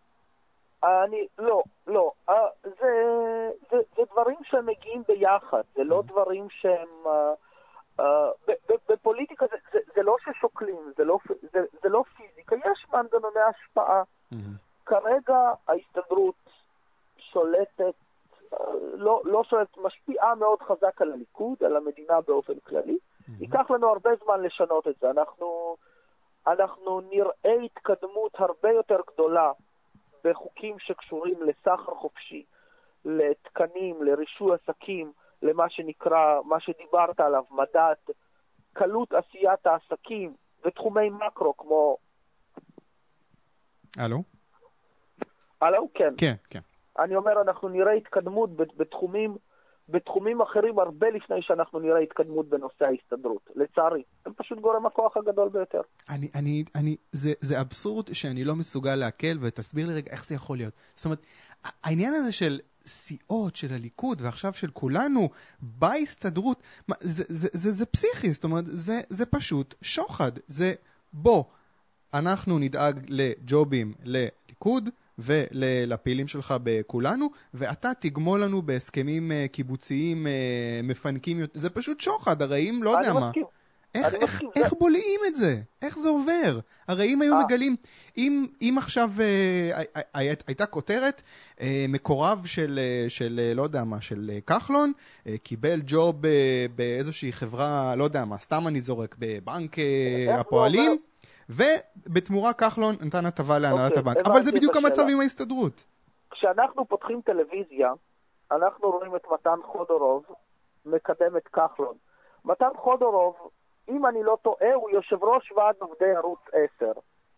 S2: אני, לא, לא. זה, זה, זה דברים שהם מגיעים ביחד. זה לא דברים שהם... בפוליטיקה זה, זה, זה לא ששוקלים, זה לא, זה, זה לא פיזיקה. יש מנגנוני השפעה. כרגע ההסתדרות שולטת, לא, לא שולטת, משפיעה מאוד חזק על הליכוד, על המדינה באופן כללי. ייקח לנו הרבה זמן לשנות את זה. אנחנו... אנחנו נראה התקדמות הרבה יותר גדולה בחוקים שקשורים לסחר חופשי, לתקנים, לרישוי עסקים, למה שנקרא, מה שדיברת עליו, מדד, קלות עשיית העסקים ותחומי מקרו כמו...
S1: אלו?
S2: אלו? כן.
S1: כן, כן.
S2: אני אומר, אנחנו נראה התקדמות בתחומים... בתחומים אחרים הרבה לפני שאנחנו נראה התקדמות בנושא ההסתדרות. לצערי, הם פשוט גורם הכוח הגדול ביותר.
S1: אני, אני, אני, זה, זה אבסורד שאני לא מסוגל להקל, ותסביר לי רגע איך זה יכול להיות. זאת אומרת, העניין הזה של סיעות של הליכוד ועכשיו של כולנו בהסתדרות, מה, זה, זה, זה, זה פסיכי, זאת אומרת, זה, זה פשוט שוחד, זה בוא, אנחנו נדאג לג'ובים לליכוד ולפעילים שלך בכולנו, ואתה תגמול לנו בהסכמים קיבוציים מפנקים, זה פשוט שוחד, הרי אם לא יודע מה. איך, איך, איך בולעים את זה? איך זה עובר? הרי אם היו מגלים, אם, אם עכשיו אה, אה, הייתה כותרת, אה, מקורב של, של, לא יודע מה, של כחלון, אה, קיבל ג'וב אה, באיזושהי חברה, לא יודע מה, סתם אני זורק, בבנק אה, הפועלים, ובתמורה כחלון נתן הטבה להנהלת הבנק. אבל זה בדיוק המצב עם ההסתדרות.
S2: כשאנחנו פותחים טלוויזיה, אנחנו רואים את מתן חודורוב מקדם את כחלון. מתן חודורוב, אם אני לא טועה, הוא יושב ראש ועד עובדי ערוץ עשר.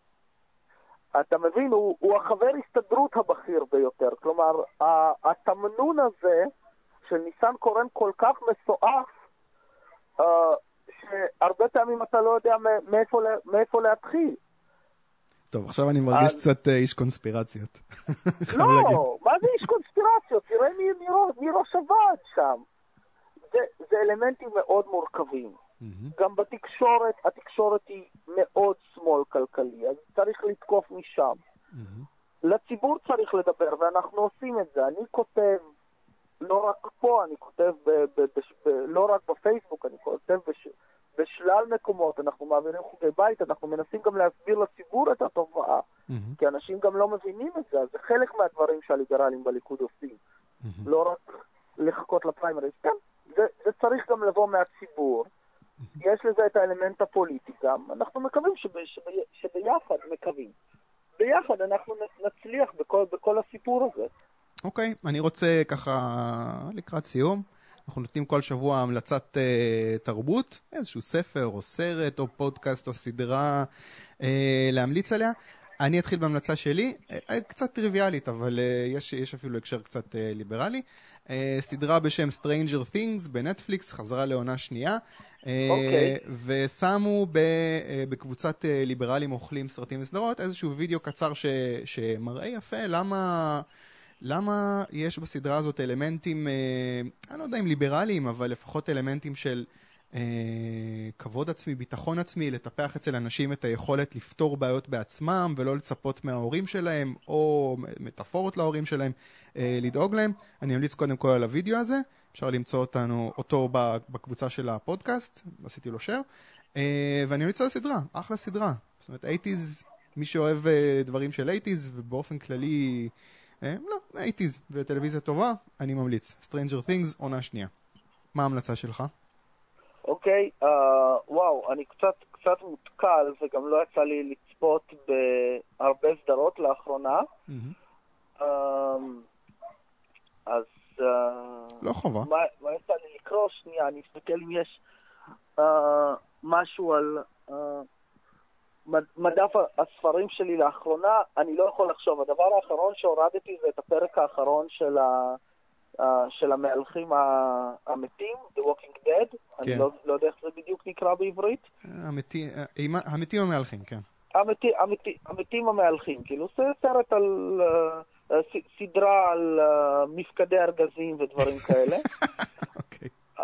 S2: אתה מבין, הוא, הוא החבר הסתדרות הבכיר ביותר. כלומר, התמנון הזה של ניסן קורן כל כך מסועף, uh, שהרבה פעמים אתה לא יודע מאיפה, מאיפה להתחיל.
S1: טוב, עכשיו אני מרגיש אז... קצת איש קונספירציות.
S2: לא, מה זה איש קונספירציות? תראה מי, מי, מי ראש הוועד שם. זה, זה אלמנטים מאוד מורכבים. Mm-hmm. גם בתקשורת, התקשורת היא מאוד שמאל כלכלי, אז צריך לתקוף משם. Mm-hmm. לציבור צריך לדבר, ואנחנו עושים את זה. אני כותב, לא רק פה, אני כותב ב, ב, ב, ב, לא רק בפייסבוק, אני כותב בש, בשלל מקומות, אנחנו מעבירים חוגי בית, אנחנו מנסים גם להסביר לציבור את התופעה, mm-hmm. כי אנשים גם לא מבינים את זה, אז זה חלק מהדברים שהליברלים בליכוד עושים. Mm-hmm. לא רק לחכות לפריימריז, כן, זה, זה צריך גם לבוא מהציבור, יש לזה את האלמנט הפוליטי גם, אנחנו מקווים שב, שב, שביחד מקווים. ביחד אנחנו נצליח בכל, בכל הסיפור הזה.
S1: אוקיי, okay, אני רוצה ככה לקראת סיום, אנחנו נותנים כל שבוע המלצת uh, תרבות, איזשהו ספר או סרט או פודקאסט או סדרה uh, להמליץ עליה. אני אתחיל בהמלצה שלי, uh, קצת טריוויאלית, אבל uh, יש, יש אפילו הקשר קצת uh, ליברלי. Uh, סדרה בשם Stranger Things בנטפליקס, חזרה לעונה שנייה.
S2: אוקיי.
S1: Okay. ושמו בקבוצת ליברלים אוכלים סרטים וסדרות איזשהו וידאו קצר ש, שמראה יפה למה, למה יש בסדרה הזאת אלמנטים, אני לא יודע אם ליברליים, אבל לפחות אלמנטים של כבוד עצמי, ביטחון עצמי, לטפח אצל אנשים את היכולת לפתור בעיות בעצמם ולא לצפות מההורים שלהם או מטאפורות להורים שלהם לדאוג להם. אני אמליץ קודם כל על הוידאו הזה, אפשר למצוא אותנו, אותו בקבוצה של הפודקאסט, עשיתי לו שייר, ואני אמליץ על הסדרה, אחלה סדרה. זאת אומרת, שמונים, מי שאוהב דברים של שמונים ובאופן כללי, לא, שמונים וטלוויזיה טובה, אני ממליץ. Stranger Things, עונה שנייה. מה ההמלצה שלך?
S2: אוקיי, okay, uh, וואו, אני קצת, קצת מותקל, וגם לא יצא לי לצפות בהרבה סדרות לאחרונה. Mm-hmm. Um, אז... Uh,
S1: לא חובה.
S2: מה, מה יצא לי לקרוא? שנייה, אני אסתכל אם יש uh, משהו על uh, מדף הספרים שלי לאחרונה. אני לא יכול לחשוב. הדבר האחרון שהורדתי זה את הפרק האחרון של ה... Uh, של המהלכים המתים, The Walking Dead, כן. אני לא, לא יודע איך זה בדיוק נקרא בעברית.
S1: המתים, המתים המהלכים, כן.
S2: המתים, המתים, המתים המהלכים, כאילו זה סרט על, uh, סדרה על uh, מפקדי ארגזים ודברים כאלה.
S1: אוקיי.
S2: uh,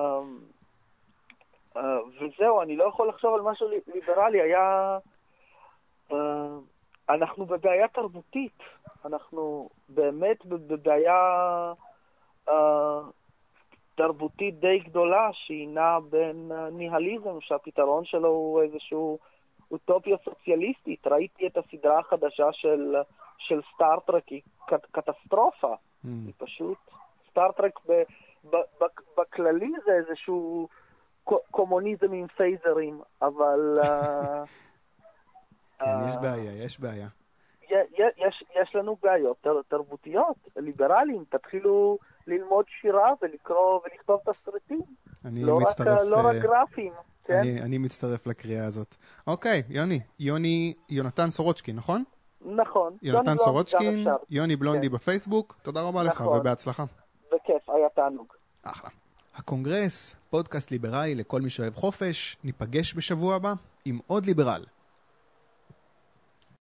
S2: uh, וזהו, אני לא יכול לחשוב על משהו ליברלי, היה... Uh, אנחנו בבעיה תרבותית, אנחנו באמת בבעיה uh, תרבותית די גדולה, שהיא נעה בין uh, ניהליזם, שהפתרון שלו הוא איזשהו אוטופיה סוציאליסטית. ראיתי את הסדרה החדשה של, של סטארטרק, היא ק- קטסטרופה. Mm. היא פשוט, סטארטרק ב- ב- ב- בכללי זה איזשהו ק- קומוניזם עם פייזרים, אבל... Uh,
S1: כן, יש בעיה, יש בעיה.
S2: יש, יש לנו בעיות תר, תרבותיות, ליברליים, תתחילו ללמוד שירה ולקרוא ולכתוב תסריטים.
S1: אני
S2: לא
S1: מצטרף...
S2: רק, לא רק גרפים, כן?
S1: אני, אני מצטרף לקריאה הזאת. אוקיי, יוני, יוני, יונתן סורוצ'קין, נכון?
S2: נכון.
S1: יונתן סורוצ'קין, יוני בלונדי כן. בפייסבוק, תודה רבה נכון. לך ובהצלחה.
S2: בכיף, היה תענוג.
S1: אחלה. הקונגרס, פודקאסט ליברלי לכל מי שאוהב חופש, ניפגש בשבוע הבא עם עוד ליברל.